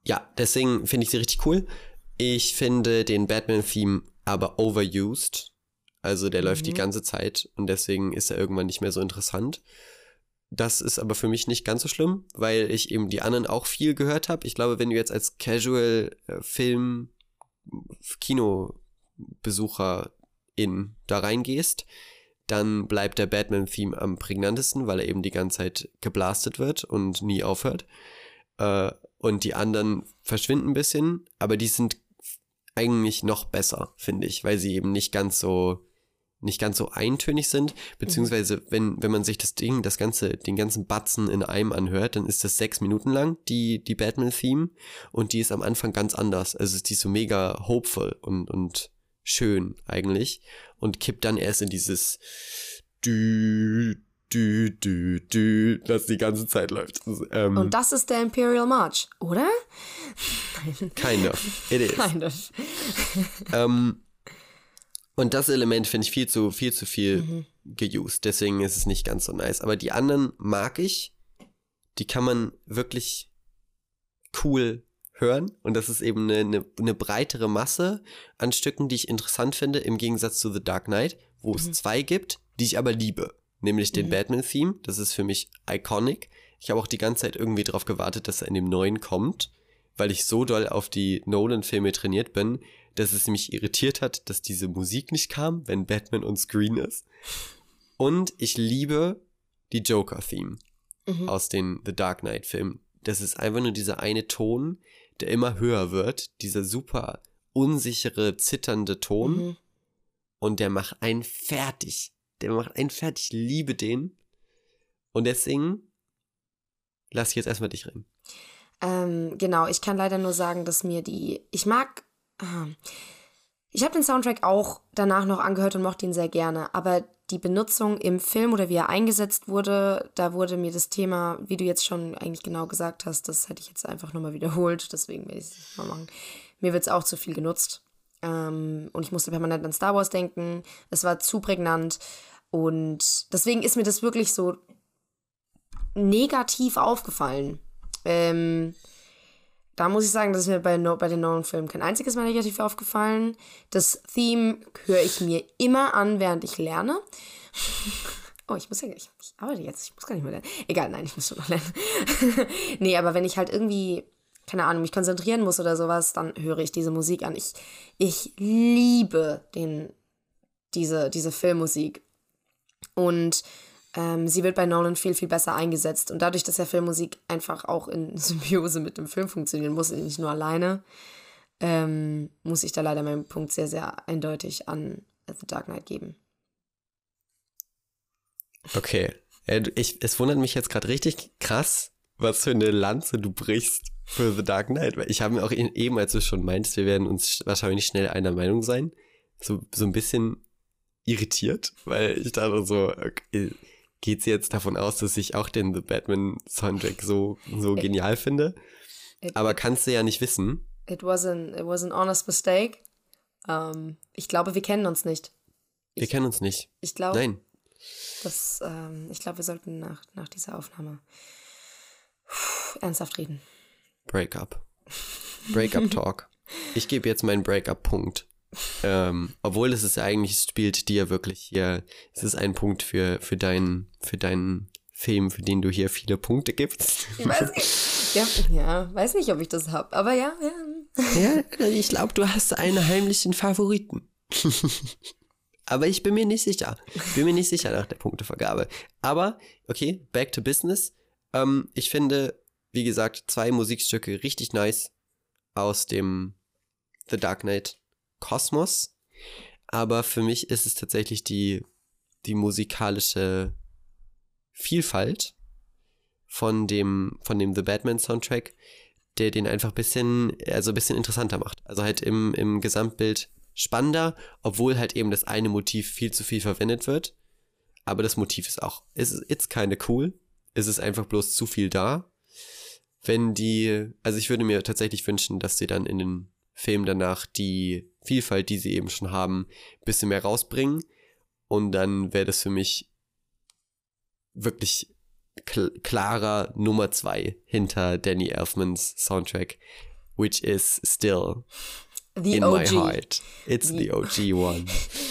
Ja, deswegen finde ich sie richtig cool. Ich finde den Batman-Theme aber overused. Also der läuft die ganze Zeit und deswegen ist er irgendwann nicht mehr so interessant. Das ist aber für mich nicht ganz so schlimm, weil ich eben die anderen auch viel gehört habe. Ich glaube, wenn du jetzt als Casual-Kinobesucherin da reingehst, dann bleibt der Batman-Theme am prägnantesten, weil er eben die ganze Zeit geblastet wird und nie aufhört. Und die anderen verschwinden ein bisschen, aber die sind eigentlich noch besser, finde ich, weil sie eben nicht ganz so eintönig sind, beziehungsweise wenn man sich den ganzen Batzen in einem anhört, dann ist das 6 Minuten lang, die Batman-Theme, und die ist am Anfang ganz anders. Also die ist so mega hopeful und schön eigentlich und kippt dann erst in dieses was die ganze Zeit läuft. Und das ist der Imperial March, oder? Kind of. It is. Kind of. Und das Element finde ich viel zu viel geused. Deswegen ist es nicht ganz so nice. Aber die anderen mag ich. Die kann man wirklich cool hören. Und das ist eben eine breitere Masse an Stücken, die ich interessant finde, im Gegensatz zu The Dark Knight, wo es 2 gibt, die ich aber liebe. Nämlich den Batman-Theme. Das ist für mich iconic. Ich habe auch die ganze Zeit irgendwie drauf gewartet, dass er in dem neuen kommt, weil ich so doll auf die Nolan-Filme trainiert bin, dass es mich irritiert hat, dass diese Musik nicht kam, wenn Batman on Screen ist. Und ich liebe die Joker-Theme aus den The Dark Knight-Filmen. Das ist einfach nur dieser eine Ton, der immer höher wird, dieser super unsichere, zitternde Ton. Und der macht einen fertig. Ich liebe den. Und deswegen lass ich jetzt erstmal dich reden. Genau, ich kann leider nur sagen, dass mir ich habe den Soundtrack auch danach noch angehört und mochte ihn sehr gerne, aber die Benutzung im Film oder wie er eingesetzt wurde, da wurde mir das Thema, wie du jetzt schon eigentlich genau gesagt hast, das hätte ich jetzt einfach nochmal wiederholt, deswegen werde ich es mal machen. Mir wird es auch zu viel genutzt und ich musste permanent an Star Wars denken, es war zu prägnant und deswegen ist mir das wirklich so negativ aufgefallen. Da muss ich sagen, das ist mir bei den Nolan-Filmen kein einziges Mal negativ aufgefallen. Das Theme höre ich mir immer an, während ich lerne. Oh, ich arbeite jetzt, ich muss gar nicht mehr lernen. Egal, nein, ich muss schon noch lernen. Nee, aber wenn ich halt irgendwie, keine Ahnung, mich konzentrieren muss oder sowas, dann höre ich diese Musik an. Ich liebe diese Filmmusik. Und sie wird bei Nolan viel, viel besser eingesetzt. Und dadurch, dass ja Filmmusik einfach auch in Symbiose mit dem Film funktionieren muss, nicht nur alleine, muss ich da leider meinen Punkt sehr, sehr eindeutig an The Dark Knight geben. Okay. Es wundert mich jetzt gerade richtig krass, was für eine Lanze du brichst für The Dark Knight. Weil ich habe mir auch eben, als du schon meintest, wir werden uns wahrscheinlich schnell einer Meinung sein, so ein bisschen irritiert, weil ich dachte so, okay, geht sie jetzt davon aus, dass ich auch den The Batman Soundtrack so genial finde? Aber kannst du ja nicht wissen. It was an honest mistake. Ich glaube, wir kennen uns nicht. Wir kennen uns nicht. Ich glaube, nein. Ich glaube, wir sollten nach dieser Aufnahme ernsthaft reden. Breakup Talk. Ich gebe jetzt meinen Breakup-Punkt. Obwohl es spielt dir wirklich hier, es ist ein Punkt für deinen Film, für den du hier viele Punkte gibst. Ich weiß nicht. Ja, weiß nicht, ob ich das habe, aber ja. Ja, ich glaube, du hast einen heimlichen Favoriten. Aber ich bin mir nicht sicher. Nach der Punktevergabe. Aber, okay, back to business. Ich finde, wie gesagt, 2 Musikstücke richtig nice aus dem The Dark Knight Kosmos, aber für mich ist es tatsächlich die musikalische Vielfalt von dem The Batman Soundtrack, der den einfach ein bisschen interessanter macht. Also halt im Gesamtbild spannender, obwohl halt eben das eine Motiv viel zu viel verwendet wird. Aber das Motiv ist auch, it's kinda cool. Es ist einfach bloß zu viel da. Also ich würde mir tatsächlich wünschen, dass sie dann in den Film danach die Vielfalt, die sie eben schon haben, ein bisschen mehr rausbringen. Und dann wäre das für mich wirklich klarer Nummer 2 hinter Danny Elfmans Soundtrack. which is still the in OG. my heart. It's the OG one.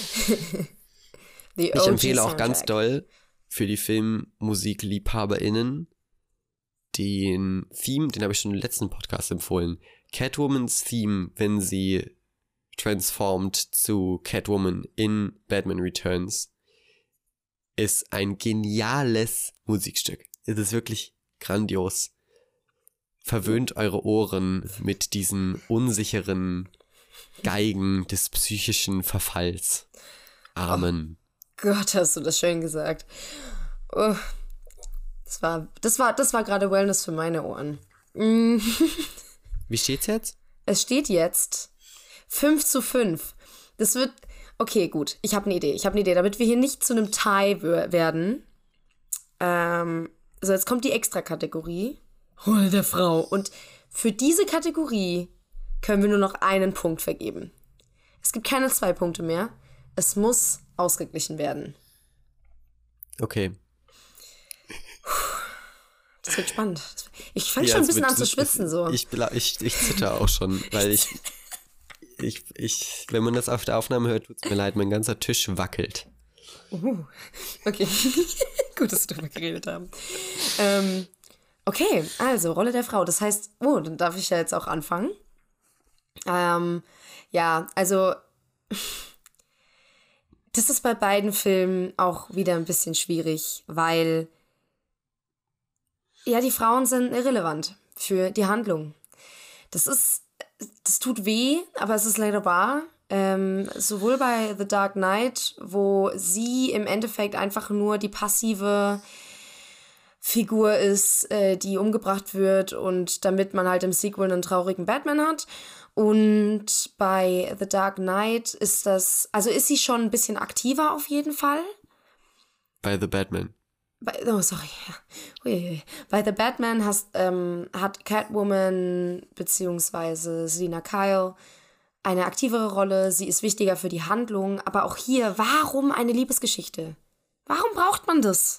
The Ich OG empfehle auch ganz Soundtrack. doll für die FilmmusikliebhaberInnen den Theme, den habe ich schon im letzten Podcast empfohlen. Catwomans Theme, wenn sie transformed zu Catwoman in Batman Returns, ist ein geniales Musikstück. Es ist wirklich grandios. Verwöhnt eure Ohren mit diesen unsicheren Geigen des psychischen Verfalls. Amen. Gott, hast du das schön gesagt. Oh, das war gerade Wellness für meine Ohren. Wie steht's jetzt? Es steht jetzt 5:5. Das wird, okay, gut, ich habe eine Idee, damit wir hier nicht zu einem Tie werden. Also jetzt kommt die Extra-Kategorie. Rolle der Frau. Und für diese Kategorie können wir nur noch einen Punkt vergeben. Es gibt keine 2 Punkte mehr. Es muss ausgeglichen werden. Okay. Das wird spannend. Ich fange schon ein bisschen an zu schwitzen. So. Ich zitter auch schon, weil wenn man das auf der Aufnahme hört, tut's mir leid, mein ganzer Tisch wackelt. Okay. Gut, dass wir darüber geredet haben. Okay, also Rolle der Frau. Das heißt, dann darf ich ja jetzt auch anfangen. Ja, also das ist bei beiden Filmen auch wieder ein bisschen schwierig, weil ja, die Frauen sind irrelevant für die Handlung. Das tut weh, aber es ist leider wahr. Sowohl bei The Dark Knight, wo sie im Endeffekt einfach nur die passive Figur ist, die umgebracht wird und damit man halt im Sequel einen traurigen Batman hat. Und bei The Dark Knight ist sie schon ein bisschen aktiver auf jeden Fall. Bei The Batman. Sorry. Uiuiui. Bei The Batman hat Catwoman bzw. Selina Kyle eine aktivere Rolle. Sie ist wichtiger für die Handlung. Aber auch hier, warum eine Liebesgeschichte? Warum braucht man das?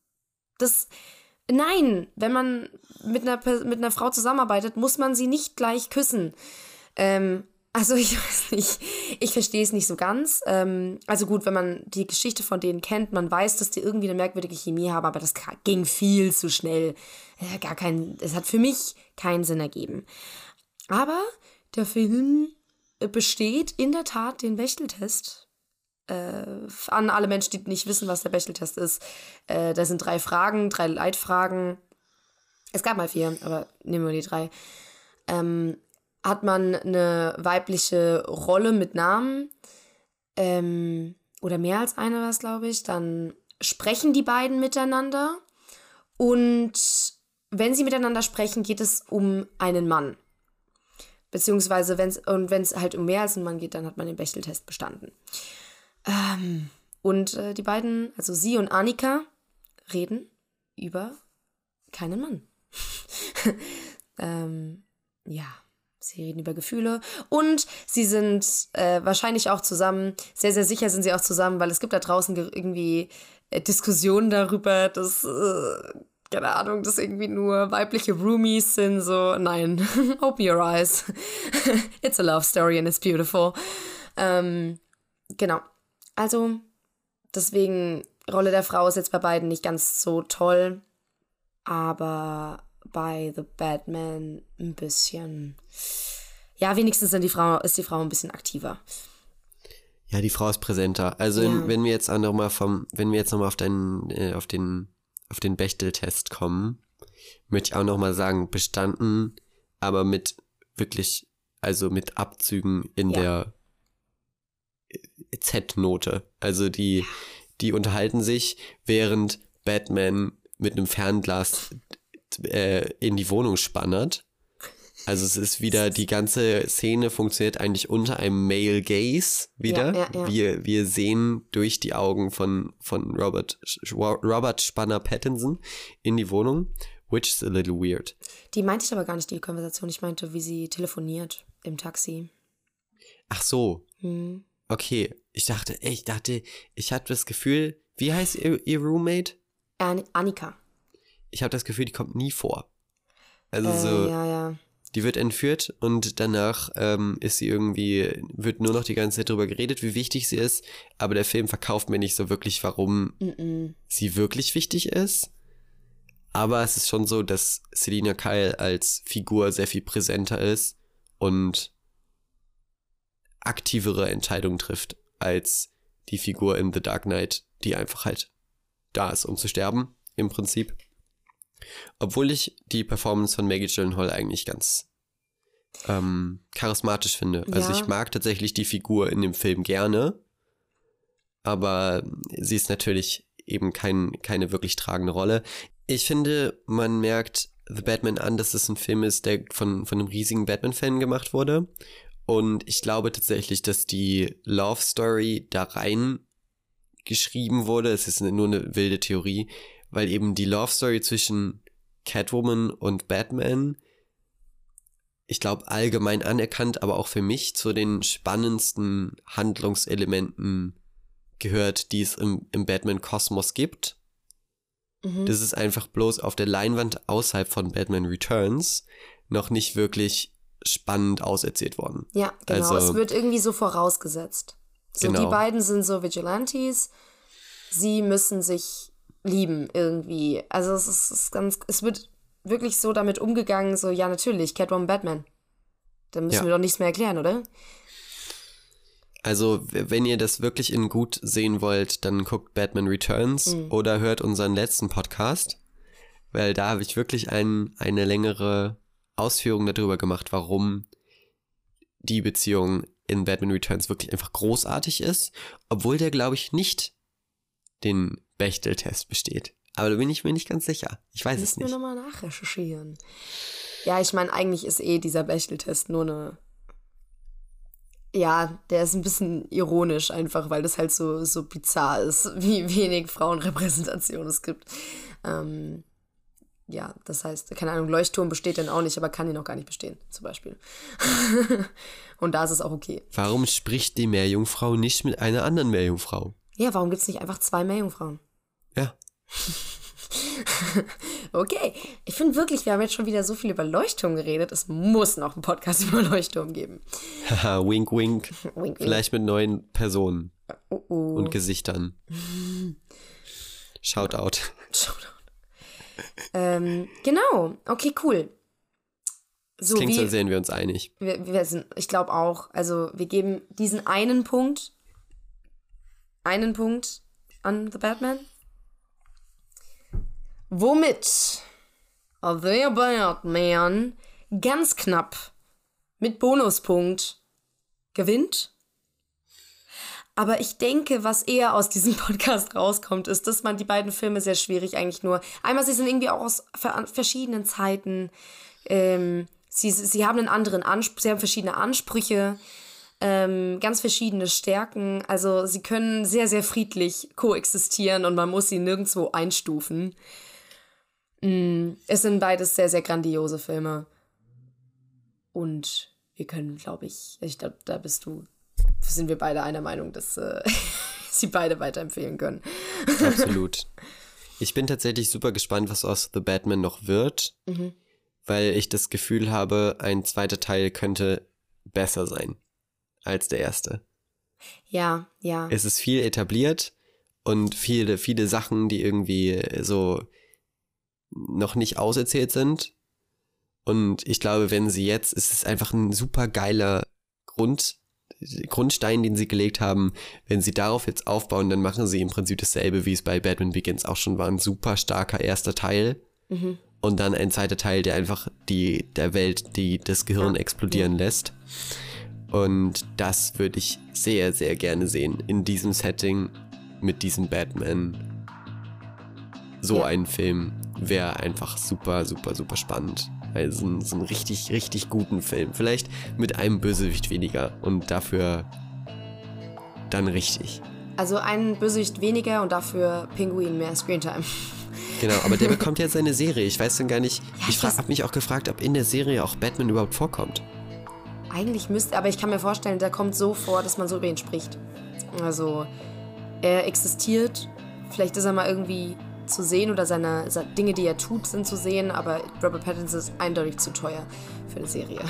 Nein, wenn man mit einer Frau zusammenarbeitet, muss man sie nicht gleich küssen. Also ich weiß nicht, ich verstehe es nicht so ganz. Also gut, wenn man die Geschichte von denen kennt, man weiß, dass die irgendwie eine merkwürdige Chemie haben, aber das ging viel zu schnell. Es hat für mich keinen Sinn ergeben. Aber der Film besteht in der Tat den Bechteltest. An alle Menschen, die nicht wissen, was der Bechteltest ist. Da sind 3 Fragen, 3 Leitfragen. Es gab mal 4, aber nehmen wir die 3. Hat man eine weibliche Rolle mit Namen, oder mehr als eine war es, glaube ich, dann sprechen die beiden miteinander und wenn sie miteinander sprechen, geht es um einen Mann. Beziehungsweise, wenn es halt um mehr als einen Mann geht, dann hat man den Bechteltest bestanden. Und die beiden, also sie und Annika, reden über keinen Mann. Ja, sie reden über Gefühle und sie sind wahrscheinlich auch zusammen, sehr, sehr sicher sind sie auch zusammen, weil es gibt da draußen irgendwie Diskussionen darüber, dass, keine Ahnung, dass irgendwie nur weibliche Roomies sind, so, nein, open your eyes. It's a love story and it's beautiful. Genau. Also, deswegen, Rolle der Frau ist jetzt bei beiden nicht ganz so toll, aber bei The Batman ein bisschen, ja, wenigstens ist die Frau ein bisschen aktiver. Ja, die Frau ist präsenter. Also Ja. wenn wir jetzt nochmal auf den Bechtel-Test kommen, möchte ich auch nochmal sagen, bestanden, aber mit Abzügen in der Z-Note. Also die unterhalten sich, während Batman mit einem Fernglas in die Wohnung spannert. Also es ist wieder, die ganze Szene funktioniert eigentlich unter einem Male Gaze wieder. Ja. Wir sehen durch die Augen von Robert Spanner-Pattinson in die Wohnung, which is a little weird. Die meinte ich aber gar nicht, die Konversation. Ich meinte, wie sie telefoniert im Taxi. Ach so. Okay. Ich dachte, ich hatte das Gefühl, wie heißt ihr Roommate? Annika. Ich habe das Gefühl, die kommt nie vor. Also so. Ja. Die wird entführt und danach wird nur noch die ganze Zeit darüber geredet, wie wichtig sie ist, aber der Film verkauft mir nicht so wirklich, warum sie wirklich wichtig ist. Aber es ist schon so, dass Selina Kyle als Figur sehr viel präsenter ist und aktivere Entscheidungen trifft als die Figur in The Dark Knight, die einfach halt da ist, um zu sterben, im Prinzip. Obwohl ich die Performance von Maggie Gyllenhaal eigentlich ganz charismatisch finde. Ja. Also ich mag tatsächlich die Figur in dem Film gerne, aber sie ist natürlich eben keine wirklich tragende Rolle. Ich finde, man merkt The Batman an, dass es ein Film ist, der von einem riesigen Batman-Fan gemacht wurde. Und ich glaube tatsächlich, dass die Love Story da rein geschrieben wurde. Es ist nur eine wilde Theorie, weil eben die Love Story zwischen Catwoman und Batman, ich glaube, allgemein anerkannt, aber auch für mich zu den spannendsten Handlungselementen gehört, die es im Batman-Kosmos gibt. Das ist einfach bloß auf der Leinwand außerhalb von Batman Returns noch nicht wirklich spannend auserzählt worden. Ja, genau. Es wird irgendwie so vorausgesetzt. So, genau. Die beiden sind so Vigilantes. Sie müssen sich lieben irgendwie. Also es wird wirklich so damit umgegangen, so, ja, natürlich, Catwoman, Batman. Da müssen wir doch nichts mehr erklären, oder? Also, wenn ihr das wirklich in gut sehen wollt, dann guckt Batman Returns oder hört unseren letzten Podcast, weil da habe ich wirklich eine längere Ausführung darüber gemacht, warum die Beziehung in Batman Returns wirklich einfach großartig ist, obwohl der, glaube ich, nicht den Bechdel-Test besteht. Aber da bin ich mir nicht ganz sicher. Ich weiß es nicht. Müssen wir nochmal nachrecherchieren. Ja, ich meine, eigentlich ist dieser Bechdel-Test nur eine... Ja, der ist ein bisschen ironisch einfach, weil das halt so bizarr ist, wie wenig Frauenrepräsentation es gibt. Ja, das heißt, keine Ahnung, Leuchtturm besteht dann auch nicht, aber kann ihn auch gar nicht bestehen, zum Beispiel. Und da ist es auch okay. Warum spricht die Meerjungfrau nicht mit einer anderen Meerjungfrau? Ja, warum gibt es nicht einfach 2 Meerjungfrauen? Ja. Okay, ich finde wirklich, wir haben jetzt schon wieder so viel über Leuchtturm geredet. Es muss noch einen Podcast über Leuchtturm geben. Haha, wink, wink. Wink. Vielleicht mit neuen Personen und Gesichtern. Shoutout. Genau, okay, cool. So, klingt so, als wären wir uns einig. Wir sind, ich glaube auch, also wir geben diesen einen Punkt an The Batman. Womit The Batman ganz knapp mit Bonuspunkt gewinnt. Aber ich denke, was eher aus diesem Podcast rauskommt, ist, dass man die beiden Filme sehr schwierig eigentlich nur... Einmal, sie sind irgendwie auch aus verschiedenen Zeiten. Sie haben einen anderen Anspruch, sie haben verschiedene Ansprüche, ganz verschiedene Stärken. Also sie können sehr, sehr friedlich koexistieren und man muss sie nirgendwo einstufen. Es sind beides sehr, sehr grandiose Filme. Und wir können, glaube ich, da sind wir beide einer Meinung, dass sie beide weiterempfehlen können. Absolut. Ich bin tatsächlich super gespannt, was aus The Batman noch wird, weil ich das Gefühl habe, ein zweiter Teil könnte besser sein als der erste. Ja. Es ist viel etabliert und viele, viele Sachen, die irgendwie so noch nicht auserzählt sind. Und ich glaube, es ist einfach ein super geiler Grundstein, den sie gelegt haben. Wenn sie darauf jetzt aufbauen, dann machen sie im Prinzip dasselbe, wie es bei Batman Begins auch schon war. Ein super starker erster Teil. Und dann ein zweiter Teil, der einfach der Welt das Gehirn explodieren lässt. Und das würde ich sehr, sehr gerne sehen. In diesem Setting, mit diesem Batman. So ein Film wäre einfach super, super, super spannend. Also so einen richtig, richtig guten Film. Vielleicht mit einem Bösewicht weniger und dafür dann richtig. Also einen Bösewicht weniger und dafür Pinguin mehr Screentime. Genau, aber der bekommt jetzt seine Serie. Ich weiß dann gar nicht. Ja, ich habe mich auch gefragt, ob in der Serie auch Batman überhaupt vorkommt. Eigentlich aber ich kann mir vorstellen, der kommt so vor, dass man so über ihn spricht. Also, er existiert. Vielleicht ist er mal irgendwie zu sehen oder seine Dinge, die er tut, sind zu sehen, aber Robert Pattinson ist eindeutig zu teuer für eine Serie.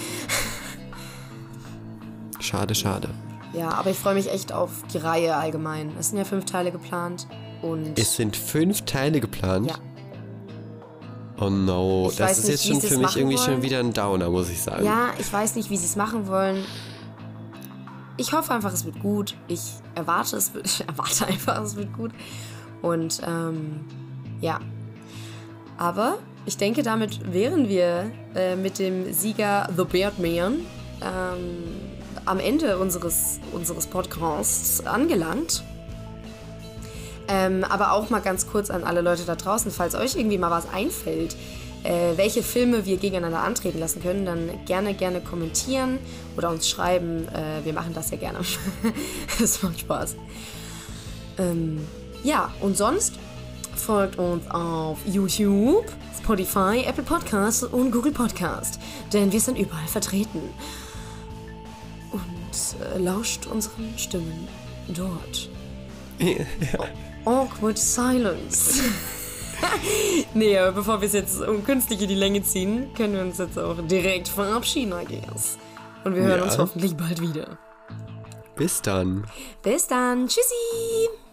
Schade, schade. Ja, aber ich freue mich echt auf die Reihe allgemein. Es sind ja 5 Teile geplant und... Es sind 5 Teile geplant? Ja. Oh no, das ist jetzt schon für mich irgendwie schon wieder ein Downer, muss ich sagen. Ja, ich weiß nicht, wie sie es machen wollen. Ich hoffe einfach, es wird gut. Ich erwarte einfach, es wird gut. Und ja. Aber ich denke, damit wären wir mit dem Sieger The Birdman am Ende unseres Podcasts angelangt. Aber auch mal ganz kurz an alle Leute da draußen, falls euch irgendwie mal was einfällt, welche Filme wir gegeneinander antreten lassen können, dann gerne kommentieren oder uns schreiben. Wir machen das ja gerne. Es macht Spaß. Ja, und sonst folgt uns auf YouTube, Spotify, Apple Podcasts und Google Podcast, denn wir sind überall vertreten. Und lauscht unseren Stimmen dort. Awkward Silence. Nee, aber bevor wir es jetzt künstlich in die Länge ziehen, können wir uns jetzt auch direkt verabschieden, I guess. Und wir hören uns hoffentlich bald wieder. Bis dann. Bis dann. Tschüssi.